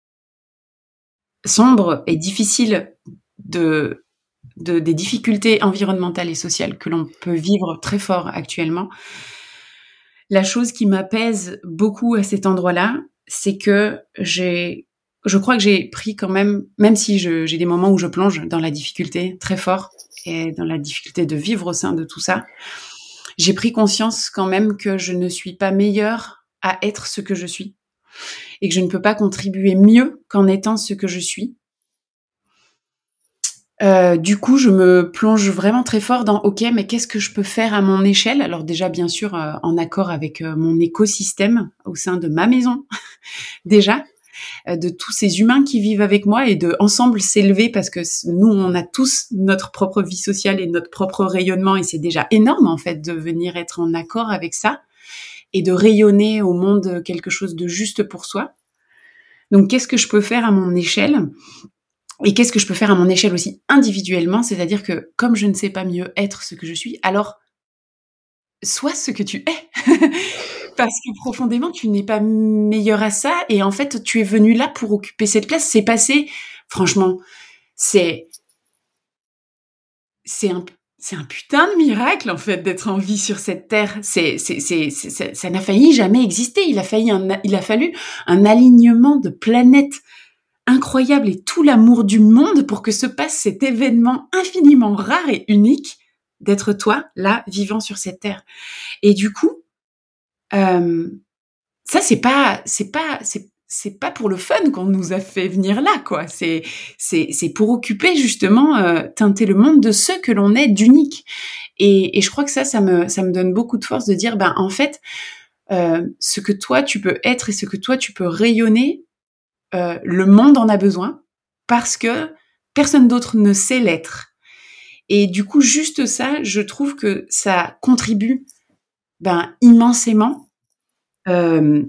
sombre et difficile de, de des difficultés environnementales et sociales que l'on peut vivre très fort actuellement. La chose qui m'apaise beaucoup à cet endroit-là, c'est que j'ai, je crois que j'ai pris quand même, même si je, j'ai des moments où je plonge dans la difficulté très fort et dans la difficulté de vivre au sein de tout ça, j'ai pris conscience quand même que je ne suis pas meilleure à être ce que je suis et que je ne peux pas contribuer mieux qu'en étant ce que je suis. Euh, du coup, je me plonge vraiment très fort dans ok, mais qu'est-ce que je peux faire à mon échelle? Alors déjà, bien sûr, euh, en accord avec euh, mon écosystème au sein de ma maison, déjà, euh, de tous ces humains qui vivent avec moi et de ensemble s'élever parce que nous, on a tous notre propre vie sociale et notre propre rayonnement et c'est déjà énorme en fait de venir être en accord avec ça et de rayonner au monde quelque chose de juste pour soi. Donc, qu'est-ce que je peux faire à mon échelle? Et qu'est-ce que je peux faire à mon échelle aussi individuellement? C'est-à-dire que comme je ne sais pas mieux être ce que je suis, alors sois ce que tu es. Parce que profondément, tu n'es pas meilleur à ça. Et en fait, tu es venu là pour occuper cette place. C'est passé, franchement, c'est, c'est un, c'est un putain de miracle, en fait, d'être en vie sur cette terre. C'est, c'est, c'est, c'est ça, ça n'a failli jamais exister. Il a failli un, il a fallu un alignement de planètes incroyable et tout l'amour du monde pour que se passe cet événement infiniment rare et unique d'être toi, là, vivant sur cette terre. Et du coup, euh, ça, c'est pas, c'est pas, c'est, c'est pas pour le fun qu'on nous a fait venir là, quoi. C'est, c'est, c'est pour occuper, justement, euh, teinter le monde de ce que l'on est d'unique. Et, et je crois que ça, ça me, ça me donne beaucoup de force de dire, ben, en fait, euh, ce que toi, tu peux être et ce que toi, tu peux rayonner, Euh, le monde en a besoin parce que personne d'autre ne sait l'être. Et du coup, juste ça, je trouve que ça contribue ben, immensément euh,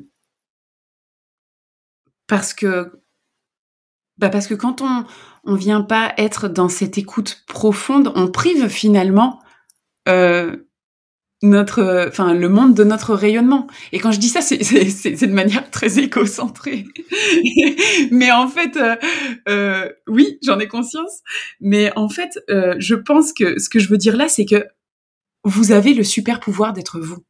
parce que ben, parce que quand on on vient pas être dans cette écoute profonde, on prive finalement euh, notre, enfin, le monde de notre rayonnement. Et quand je dis ça, c'est, c'est, c'est, c'est de manière très égocentrée. Mais en fait, euh, euh, oui, j'en ai conscience. Mais en fait, euh, je pense que ce que je veux dire là, c'est que vous avez le super pouvoir d'être vous.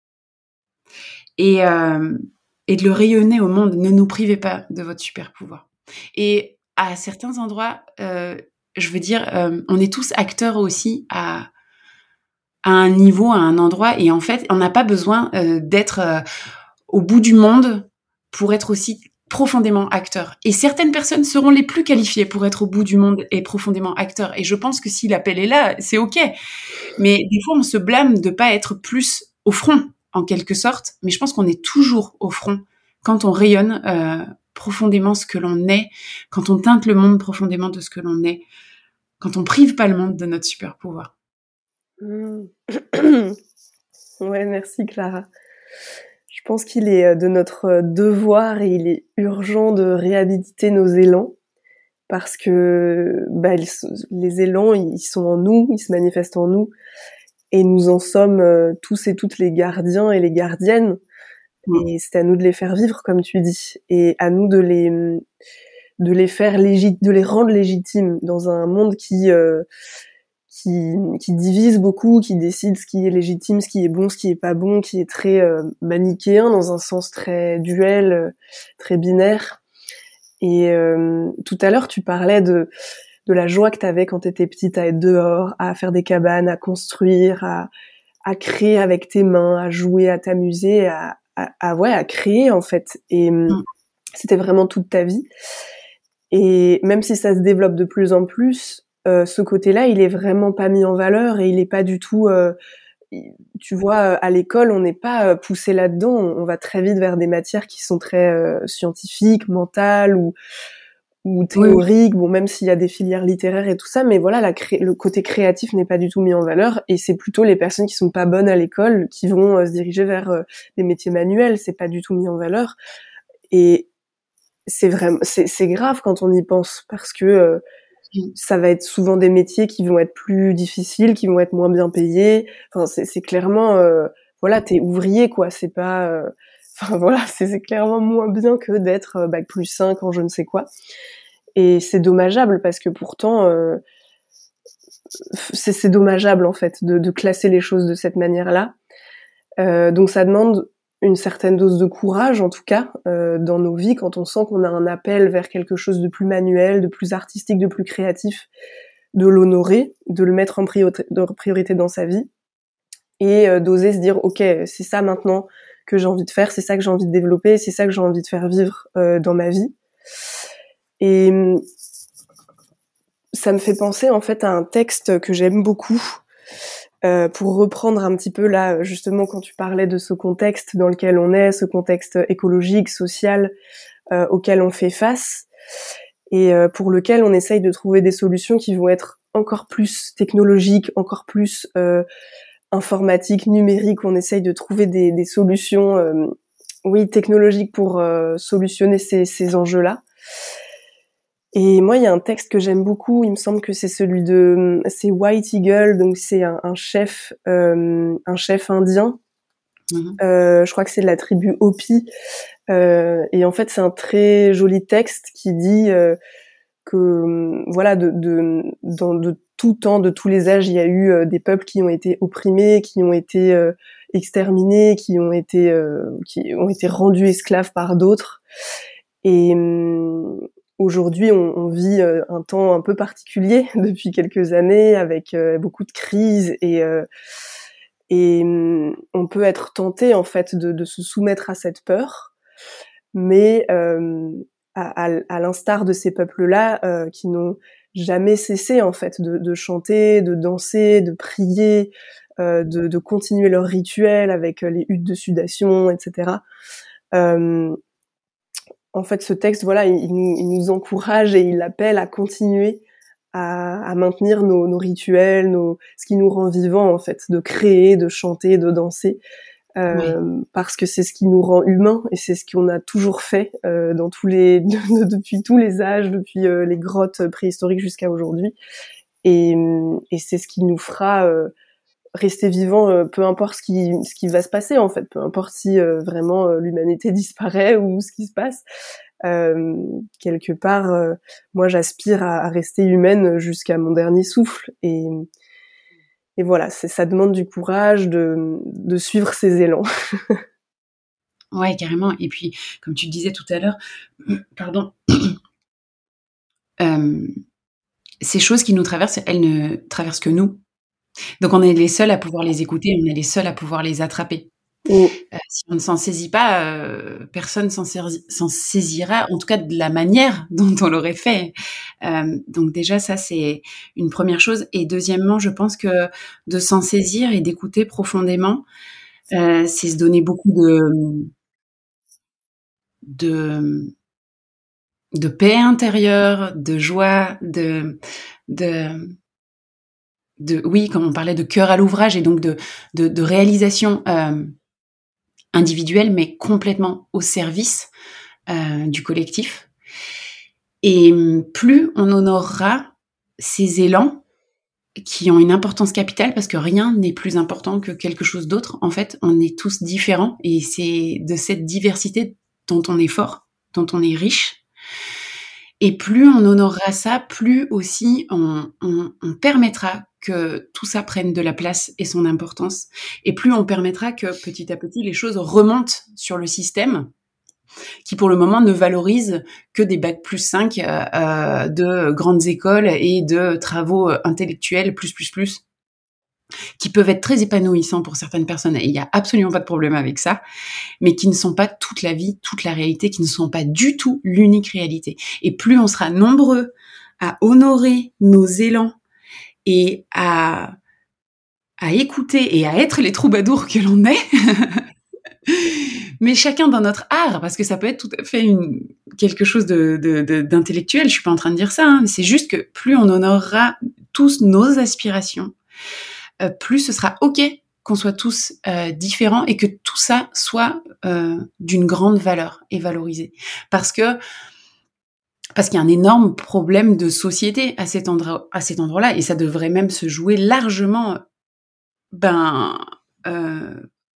Et, euh, et de le rayonner au monde. Ne nous privez pas de votre super pouvoir. Et à certains endroits, euh, je veux dire, euh, on est tous acteurs aussi à à un niveau, à un endroit, et en fait, on n'a pas besoin euh, d'être euh, au bout du monde pour être aussi profondément acteur. Et certaines personnes seront les plus qualifiées pour être au bout du monde et profondément acteur. Et je pense que si l'appel est là, c'est ok. Mais des fois, on se blâme de pas être plus au front, en quelque sorte. Mais je pense qu'on est toujours au front quand on rayonne euh, profondément ce que l'on est, quand on teinte le monde profondément de ce que l'on est, quand on prive pas le monde de notre super pouvoir. Mmh. Ouais, merci Clara. Je pense qu'il est de notre devoir et il est urgent de réhabiliter nos élans parce que bah, les élans, ils sont en nous, ils se manifestent en nous et nous en sommes tous et toutes les gardiens et les gardiennes. Mmh. Et c'est à nous de les faire vivre, comme tu dis, et à nous de les de les faire légit de les rendre légitimes dans un monde qui euh, qui, qui divise beaucoup, qui décide ce qui est légitime, ce qui est bon, ce qui est pas bon, qui est très euh, manichéen dans un sens très duel, euh, très binaire. Et euh, tout à l'heure, tu parlais de de la joie que t'avais quand t'étais petite à être dehors, à faire des cabanes, à construire, à à créer avec tes mains, à jouer, à t'amuser, à à, à ouais, à créer en fait. Et mm. C'était vraiment toute ta vie. Et même si ça se développe de plus en plus, Euh, ce côté-là, il est vraiment pas mis en valeur et il est pas du tout. Euh, tu vois, à l'école, on n'est pas poussé là-dedans. On va très vite vers des matières qui sont très euh, scientifiques, mentales ou ou théoriques. Oui. Bon, même s'il y a des filières littéraires et tout ça, mais voilà, la cré- le côté créatif n'est pas du tout mis en valeur. Et c'est plutôt les personnes qui sont pas bonnes à l'école qui vont euh, se diriger vers euh, des métiers manuels. C'est pas du tout mis en valeur. Et c'est vraiment, c'est, c'est grave quand on y pense parce que euh, ça va être souvent des métiers qui vont être plus difficiles, qui vont être moins bien payés. Enfin, c'est, c'est clairement, euh, voilà, t'es ouvrier, quoi. C'est pas, euh, enfin voilà, c'est, c'est clairement moins bien que d'être euh, bac plus cinq en je ne sais quoi. Et c'est dommageable parce que pourtant, euh, c'est, c'est dommageable en fait de, de classer les choses de cette manière-là. Euh, donc ça demande une certaine dose de courage, en tout cas, euh, dans nos vies, quand on sent qu'on a un appel vers quelque chose de plus manuel, de plus artistique, de plus créatif, de l'honorer, de le mettre en priorité, de priorité dans sa vie, et euh, d'oser se dire, ok, c'est ça maintenant que j'ai envie de faire, c'est ça que j'ai envie de développer, c'est ça que j'ai envie de faire vivre euh, dans ma vie. Et ça me fait penser en fait à un texte que j'aime beaucoup, euh, pour reprendre un petit peu là, justement, quand tu parlais de ce contexte dans lequel on est, ce contexte écologique, social, euh, auquel on fait face, et euh, pour lequel on essaye de trouver des solutions qui vont être encore plus technologiques, encore plus euh, informatiques, numériques. On essaye de trouver des, des solutions, euh, oui, technologiques pour euh, solutionner ces, ces enjeux-là. Et moi, il y a un texte que j'aime beaucoup, il me semble que c'est celui de, c'est White Eagle, donc c'est un, un chef, euh, un chef indien. Mmh. Euh, je crois que c'est de la tribu Hopi. Euh, et en fait, c'est un très joli texte qui dit euh, que, voilà, de, de, dans de tout temps, de tous les âges, il y a eu euh, des peuples qui ont été opprimés, qui ont été euh, exterminés, qui ont été, euh, qui ont été rendus esclaves par d'autres. Et euh, aujourd'hui, on, on vit euh, un temps un peu particulier depuis quelques années, avec euh, beaucoup de crises, et euh, et euh, on peut être tenté en fait de, de se soumettre à cette peur, mais euh, à, à, à l'instar de ces peuples-là euh, qui n'ont jamais cessé en fait de, de chanter, de danser, de prier, euh, de, de continuer leurs rituels avec les huttes de sudation, et cetera. Euh, En fait, ce texte, voilà, il, il, nous, il nous encourage et il appelle à continuer à, à maintenir nos, nos rituels, nos, ce qui nous rend vivants, en fait, de créer, de chanter, de danser, euh, oui. Parce que c'est ce qui nous rend humains et c'est ce qu'on a toujours fait euh, dans tous les, de, de, depuis tous les âges, depuis euh, les grottes préhistoriques jusqu'à aujourd'hui, et, et c'est ce qui nous fera euh, rester vivant, euh, peu importe ce qui ce qui va se passer en fait, peu importe si euh, vraiment euh, l'humanité disparaît ou ce qui se passe. Euh, quelque part, euh, moi j'aspire à, à rester humaine jusqu'à mon dernier souffle, et et voilà, c'est, ça demande du courage de de suivre ses élans. Ouais, carrément. Et puis, comme tu disais tout à l'heure, pardon, euh, ces choses qui nous traversent, elles ne traversent que nous. Donc, on est les seuls à pouvoir les écouter, on est les seuls à pouvoir les attraper. Mmh. Euh, si on ne s'en saisit pas, euh, personne s'en, saisi- s'en saisira, en tout cas de la manière dont on l'aurait fait. Euh, donc déjà, ça, c'est une première chose. Et deuxièmement, je pense que de s'en saisir et d'écouter profondément, euh, c'est se donner beaucoup de, de, de paix intérieure, de joie, de... de de oui, comme on parlait de cœur à l'ouvrage et donc de, de, de réalisation euh, individuelle, mais complètement au service euh, du collectif. Et plus on honorera ces élans qui ont une importance capitale, parce que rien n'est plus important que quelque chose d'autre. En fait, on est tous différents et c'est de cette diversité dont on est fort, dont on est riche. Et plus on honorera ça, plus aussi on, on, on permettra que tout ça prenne de la place et son importance. Et plus on permettra que petit à petit les choses remontent sur le système, qui pour le moment ne valorise que des bacs plus cinq euh, de grandes écoles et de travaux intellectuels plus plus plus, qui peuvent être très épanouissants pour certaines personnes, et il n'y a absolument pas de problème avec ça, mais qui ne sont pas toute la vie, toute la réalité, qui ne sont pas du tout l'unique réalité. Et plus on sera nombreux à honorer nos élans et à, à écouter et à être les troubadours que l'on est, mais chacun dans notre art, parce que ça peut être tout à fait une, quelque chose de, de, de, d'intellectuel, je suis pas en train de dire ça, hein, mais c'est juste que plus on honorera tous nos aspirations, euh, plus ce sera ok qu'on soit tous euh, différents et que tout ça soit euh, d'une grande valeur et valorisé. Parce que parce qu'il y a un énorme problème de société à cet endroit, à cet endroit-là, et ça devrait même se jouer largement, ben, euh,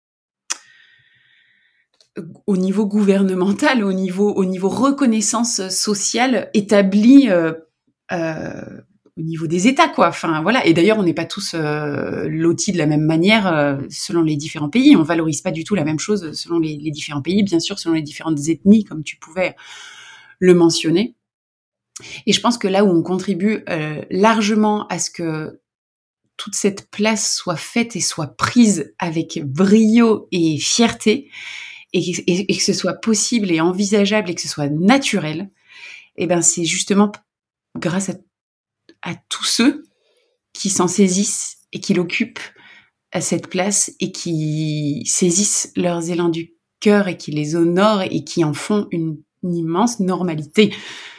au niveau gouvernemental, au niveau, au niveau reconnaissance sociale établie euh, euh, au niveau des États, quoi. Enfin, voilà. Et d'ailleurs, on n'est pas tous euh, lotis de la même manière euh, selon les différents pays. On valorise pas du tout la même chose selon les, les différents pays, bien sûr, selon les différentes ethnies, comme tu pouvais le mentionner. Et je pense que là où on contribue euh, largement à ce que toute cette place soit faite et soit prise avec brio et fierté, et, et, et que ce soit possible et envisageable et que ce soit naturel, et ben c'est justement grâce à, à tous ceux qui s'en saisissent et qui l'occupent à cette place et qui saisissent leurs élans du cœur et qui les honorent et qui en font une, une immense normalité.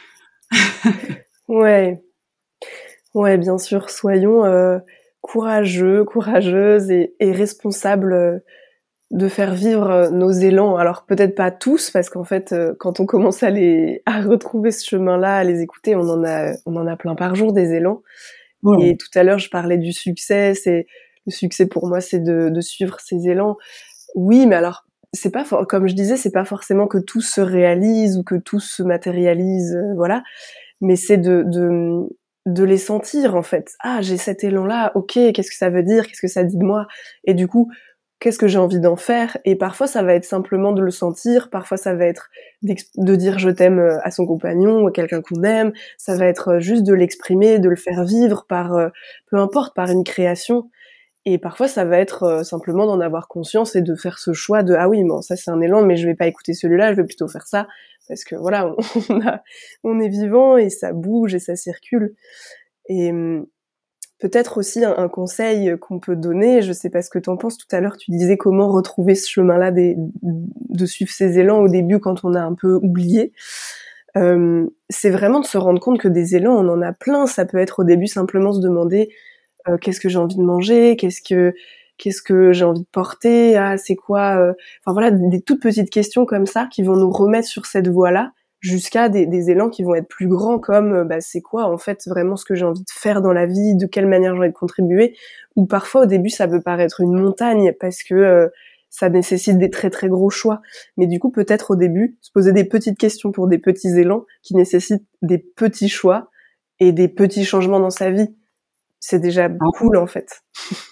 Ouais, ouais, bien sûr. Soyons euh, courageux, courageuses et, et responsables euh, de faire vivre euh, nos élans. Alors peut-être pas tous, parce qu'en fait, euh, quand on commence à les à retrouver ce chemin-là, à les écouter, on en a on en a plein par jour des élans. Ouais. Et tout à l'heure, je parlais du succès. C'est le succès pour moi, c'est de, de suivre ces élans. Oui, mais alors c'est pas for- comme je disais, c'est pas forcément que tout se réalise ou que tout se matérialise, euh, voilà. Mais c'est de, de de les sentir en fait. Ah, j'ai cet élan-là. Ok, qu'est-ce que ça veut dire? Qu'est-ce que ça dit de moi? Et du coup, qu'est-ce que j'ai envie d'en faire? Et parfois, ça va être simplement de le sentir. Parfois, ça va être de dire je t'aime à son compagnon ou à quelqu'un qu'on aime. Ça va être juste de l'exprimer, de le faire vivre par, euh, peu importe, par une création. Et parfois, ça va être euh, simplement d'en avoir conscience et de faire ce choix de ah oui, bon, ça c'est un élan, mais je vais pas écouter celui-là, je vais plutôt faire ça parce que voilà, on, on, a, on est vivant et ça bouge et ça circule. Et hum, peut-être aussi un, un conseil qu'on peut donner, je sais pas ce que t'en penses, tout à l'heure tu disais comment retrouver ce chemin-là des, de suivre ses élans au début quand on a un peu oublié. Euh, c'est vraiment de se rendre compte que des élans, on en a plein. Ça peut être au début simplement se demander euh, qu'est-ce que j'ai envie de manger, qu'est-ce que qu'est-ce que j'ai envie de porter, ah c'est quoi, euh... enfin voilà, des, des toutes petites questions comme ça qui vont nous remettre sur cette voie-là, jusqu'à des, des élans qui vont être plus grands comme bah c'est quoi en fait vraiment ce que j'ai envie de faire dans la vie, de quelle manière j'ai envie de contribuer. Ou parfois au début ça peut paraître une montagne parce que euh, ça nécessite des très très gros choix, mais du coup peut-être au début se poser des petites questions pour des petits élans qui nécessitent des petits choix et des petits changements dans sa vie. C'est déjà cool en fait.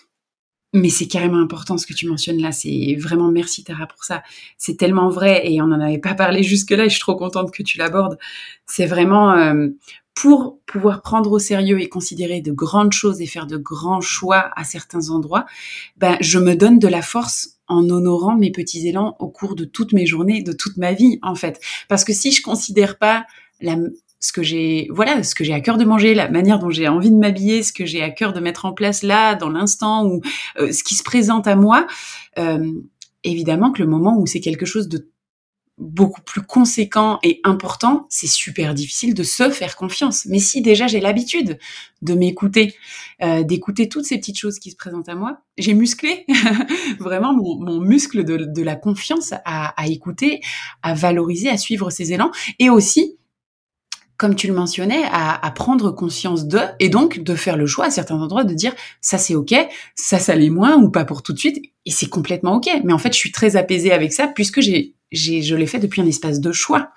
Mais c'est carrément important ce que tu mentionnes là, c'est vraiment merci Tara pour ça. C'est tellement vrai et on n'en avait pas parlé jusque-là et je suis trop contente que tu l'abordes. C'est vraiment euh, pour pouvoir prendre au sérieux et considérer de grandes choses et faire de grands choix à certains endroits, ben, je me donne de la force en honorant mes petits élans au cours de toutes mes journées, de toute ma vie en fait. Parce que si je considère pas la... ce que j'ai, voilà, ce que j'ai à cœur de manger, la manière dont j'ai envie de m'habiller, ce que j'ai à cœur de mettre en place là, dans l'instant, ou euh, ce qui se présente à moi, euh, évidemment que le moment où c'est quelque chose de beaucoup plus conséquent et important, c'est super difficile de se faire confiance. Mais si déjà j'ai l'habitude de m'écouter, euh, d'écouter toutes ces petites choses qui se présentent à moi, j'ai musclé vraiment mon, mon muscle de, de la confiance à, à écouter, à valoriser, à suivre ces élans, et aussi comme tu le mentionnais, à, à prendre conscience d'eux et donc de faire le choix à certains endroits de dire ça c'est ok, ça ça l'est moins ou pas pour tout de suite et c'est complètement ok. Mais en fait, je suis très apaisée avec ça puisque j'ai, j'ai je l'ai fait depuis un espace de choix.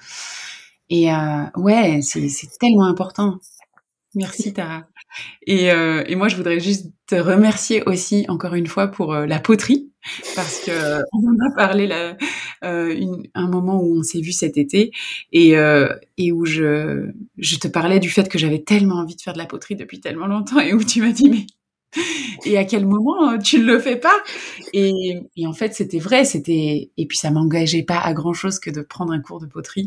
Et euh, ouais, c'est, c'est tellement important. Merci Tara. Et, euh, et moi, je voudrais juste te remercier aussi, encore une fois, pour euh, la poterie, parce que euh, on en a parlé là, euh, une, un moment où on s'est vu cet été, et, euh, et où je, je te parlais du fait que j'avais tellement envie de faire de la poterie depuis tellement longtemps, et où tu m'as dit, mais et à quel moment euh, tu ne le fais pas? Et, et en fait, c'était vrai, c'était et puis ça m'engageait pas à grand-chose que de prendre un cours de poterie.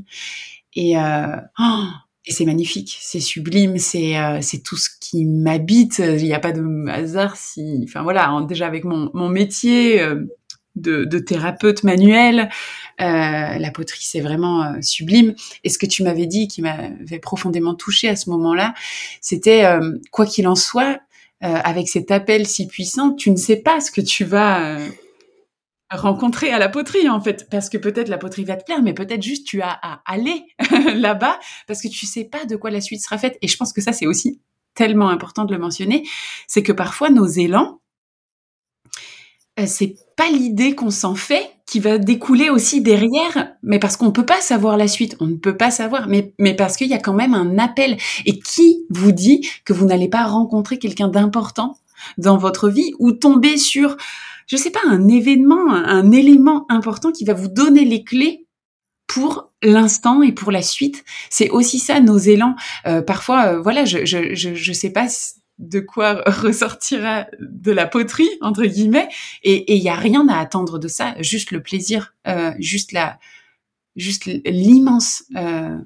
Et euh, oh, et c'est magnifique, c'est sublime, c'est euh, c'est tout ce qui m'habite. Il n'y a pas de hasard si, enfin voilà, en, déjà avec mon mon métier euh, de, de thérapeute manuel, euh, la poterie c'est vraiment euh, sublime. Et ce que tu m'avais dit, qui m'avait profondément touchée à ce moment-là, c'était euh, quoi qu'il en soit, euh, avec cet appel si puissant, tu ne sais pas ce que tu vas euh, rencontrer à la poterie en fait, parce que peut-être la poterie va te plaire, mais peut-être juste tu as à aller là-bas parce que tu sais pas de quoi la suite sera faite. Et je pense que ça c'est aussi tellement important de le mentionner, c'est que parfois nos élans, euh, c'est pas l'idée qu'on s'en fait qui va découler aussi derrière, mais parce qu'on peut pas savoir la suite, on ne peut pas savoir, mais mais parce qu'il y a quand même un appel. Et qui vous dit que vous n'allez pas rencontrer quelqu'un d'important dans votre vie ou tomber sur, je sais pas, un événement, un, un élément important qui va vous donner les clés pour l'instant et pour la suite. C'est aussi ça nos élans. Euh, parfois, euh, voilà, je, je je je sais pas de quoi ressortira de la poterie, entre guillemets, et il y a rien à attendre de ça, juste le plaisir, euh, juste la, juste l'immense euh,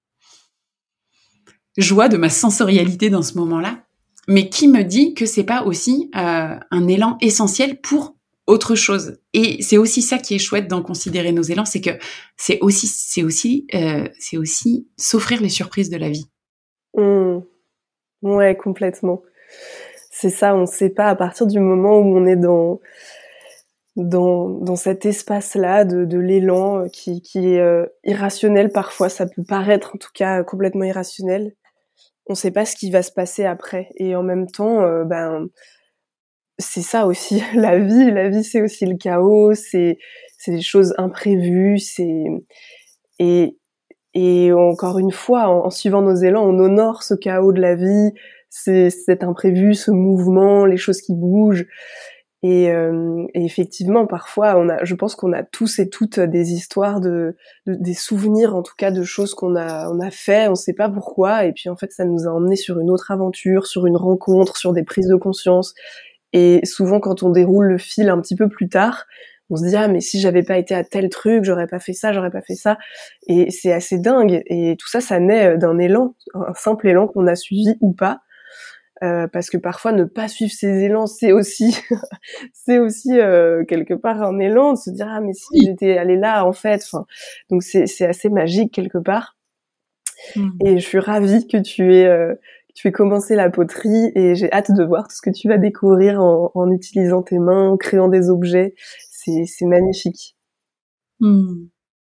joie de ma sensorialité dans ce moment-là, mais qui me dit que c'est pas aussi euh, un élan essentiel pour autre chose. Et c'est aussi ça qui est chouette d'en considérer nos élans, c'est que c'est aussi, c'est aussi, euh, c'est aussi s'offrir les surprises de la vie. Mmh. Ouais, complètement. C'est ça, on ne sait pas à partir du moment où on est dans dans dans cet espace-là de de l'élan qui qui est euh, irrationnel parfois, ça peut paraître en tout cas complètement irrationnel. On sait pas ce qui va se passer après, et en même temps, euh, ben c'est ça aussi la vie. La vie, c'est aussi le chaos, c'est c'est des choses imprévues, c'est et et encore une fois, en, en suivant nos élans, on honore ce chaos de la vie, c'est cet imprévu, ce mouvement, les choses qui bougent. Et, euh, et effectivement, parfois, on a, je pense qu'on a tous et toutes des histoires de, de des souvenirs, en tout cas, de choses qu'on a, on a fait, on sait pas pourquoi, et puis en fait, ça nous a emmenés sur une autre aventure, sur une rencontre, sur des prises de conscience. Et souvent, quand on déroule le fil un petit peu plus tard, on se dit ah mais si j'avais pas été à tel truc, j'aurais pas fait ça, j'aurais pas fait ça. Et c'est assez dingue. Et tout ça, ça naît d'un élan, un simple élan qu'on a suivi ou pas. Euh, parce que parfois ne pas suivre ses élans, c'est aussi, c'est aussi euh, quelque part un élan de se dire ah mais si j'étais allée là en fait. Enfin, donc c'est c'est assez magique quelque part. Mmh. Et je suis ravie que tu aies euh, tu aies commencé la poterie, et j'ai hâte de voir tout ce que tu vas découvrir en, en utilisant tes mains, en créant des objets. C'est c'est magnifique. Mmh.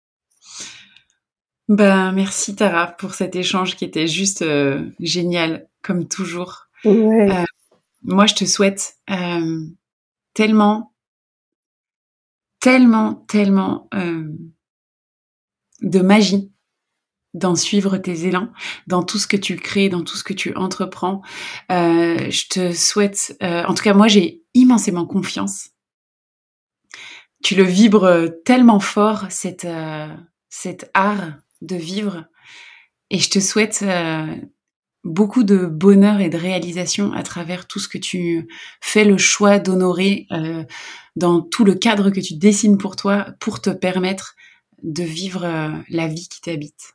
Ben merci Tara pour cet échange qui était juste euh, génial comme toujours. Ouais. Euh, moi, je te souhaite euh, tellement, tellement, tellement euh, de magie dans suivre tes élans, dans tout ce que tu crées, dans tout ce que tu entreprends. Euh, je te souhaite, euh, en tout cas, moi, j'ai immensément confiance. Tu le vibres tellement fort, cette, euh, cet art de vivre, et je te souhaite euh, beaucoup de bonheur et de réalisation à travers tout ce que tu fais le choix d'honorer euh, dans tout le cadre que tu dessines pour toi, pour te permettre de vivre euh, la vie qui t'habite.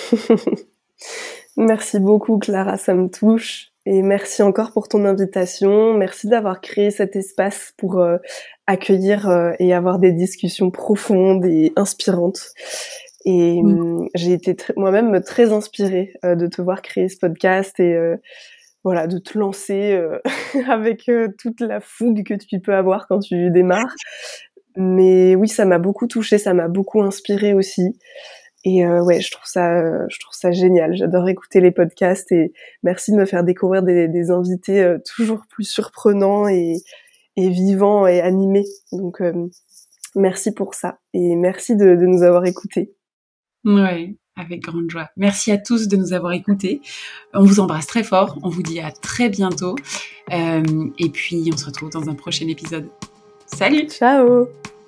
Merci beaucoup Clara, ça me touche. Et merci encore pour ton invitation. Merci d'avoir créé cet espace pour euh, accueillir euh, et avoir des discussions profondes et inspirantes. Et mmh. euh, j'ai été tr- moi-même très inspirée euh, de te voir créer ce podcast et euh, voilà, de te lancer euh, avec euh, toute la fougue que tu peux avoir quand tu démarres. Mais oui, ça m'a beaucoup touchée, ça m'a beaucoup inspirée aussi. Et euh, ouais, je trouve ça, euh, je trouve ça génial. J'adore écouter les podcasts, et merci de me faire découvrir des, des invités euh, toujours plus surprenants et, et vivants et animés. Donc euh, merci pour ça, et merci de, de nous avoir écoutés. Ouais, avec grande joie. Merci à tous de nous avoir écoutés. On vous embrasse très fort. On vous dit à très bientôt. Euh, et puis on se retrouve dans un prochain épisode. Salut. Ciao.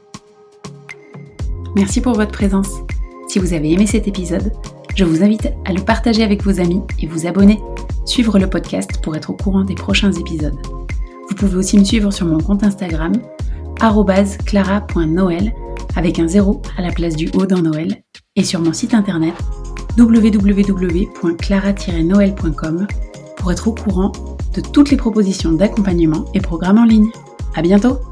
Merci pour votre présence. Si vous avez aimé cet épisode, je vous invite à le partager avec vos amis et vous abonner, suivre le podcast pour être au courant des prochains épisodes. Vous pouvez aussi me suivre sur mon compte Instagram, arobase clara point noël, avec un zéro à la place du O dans Noël, et sur mon site internet w w w point clara tiret noël point com pour être au courant de toutes les propositions d'accompagnement et programmes en ligne. À bientôt!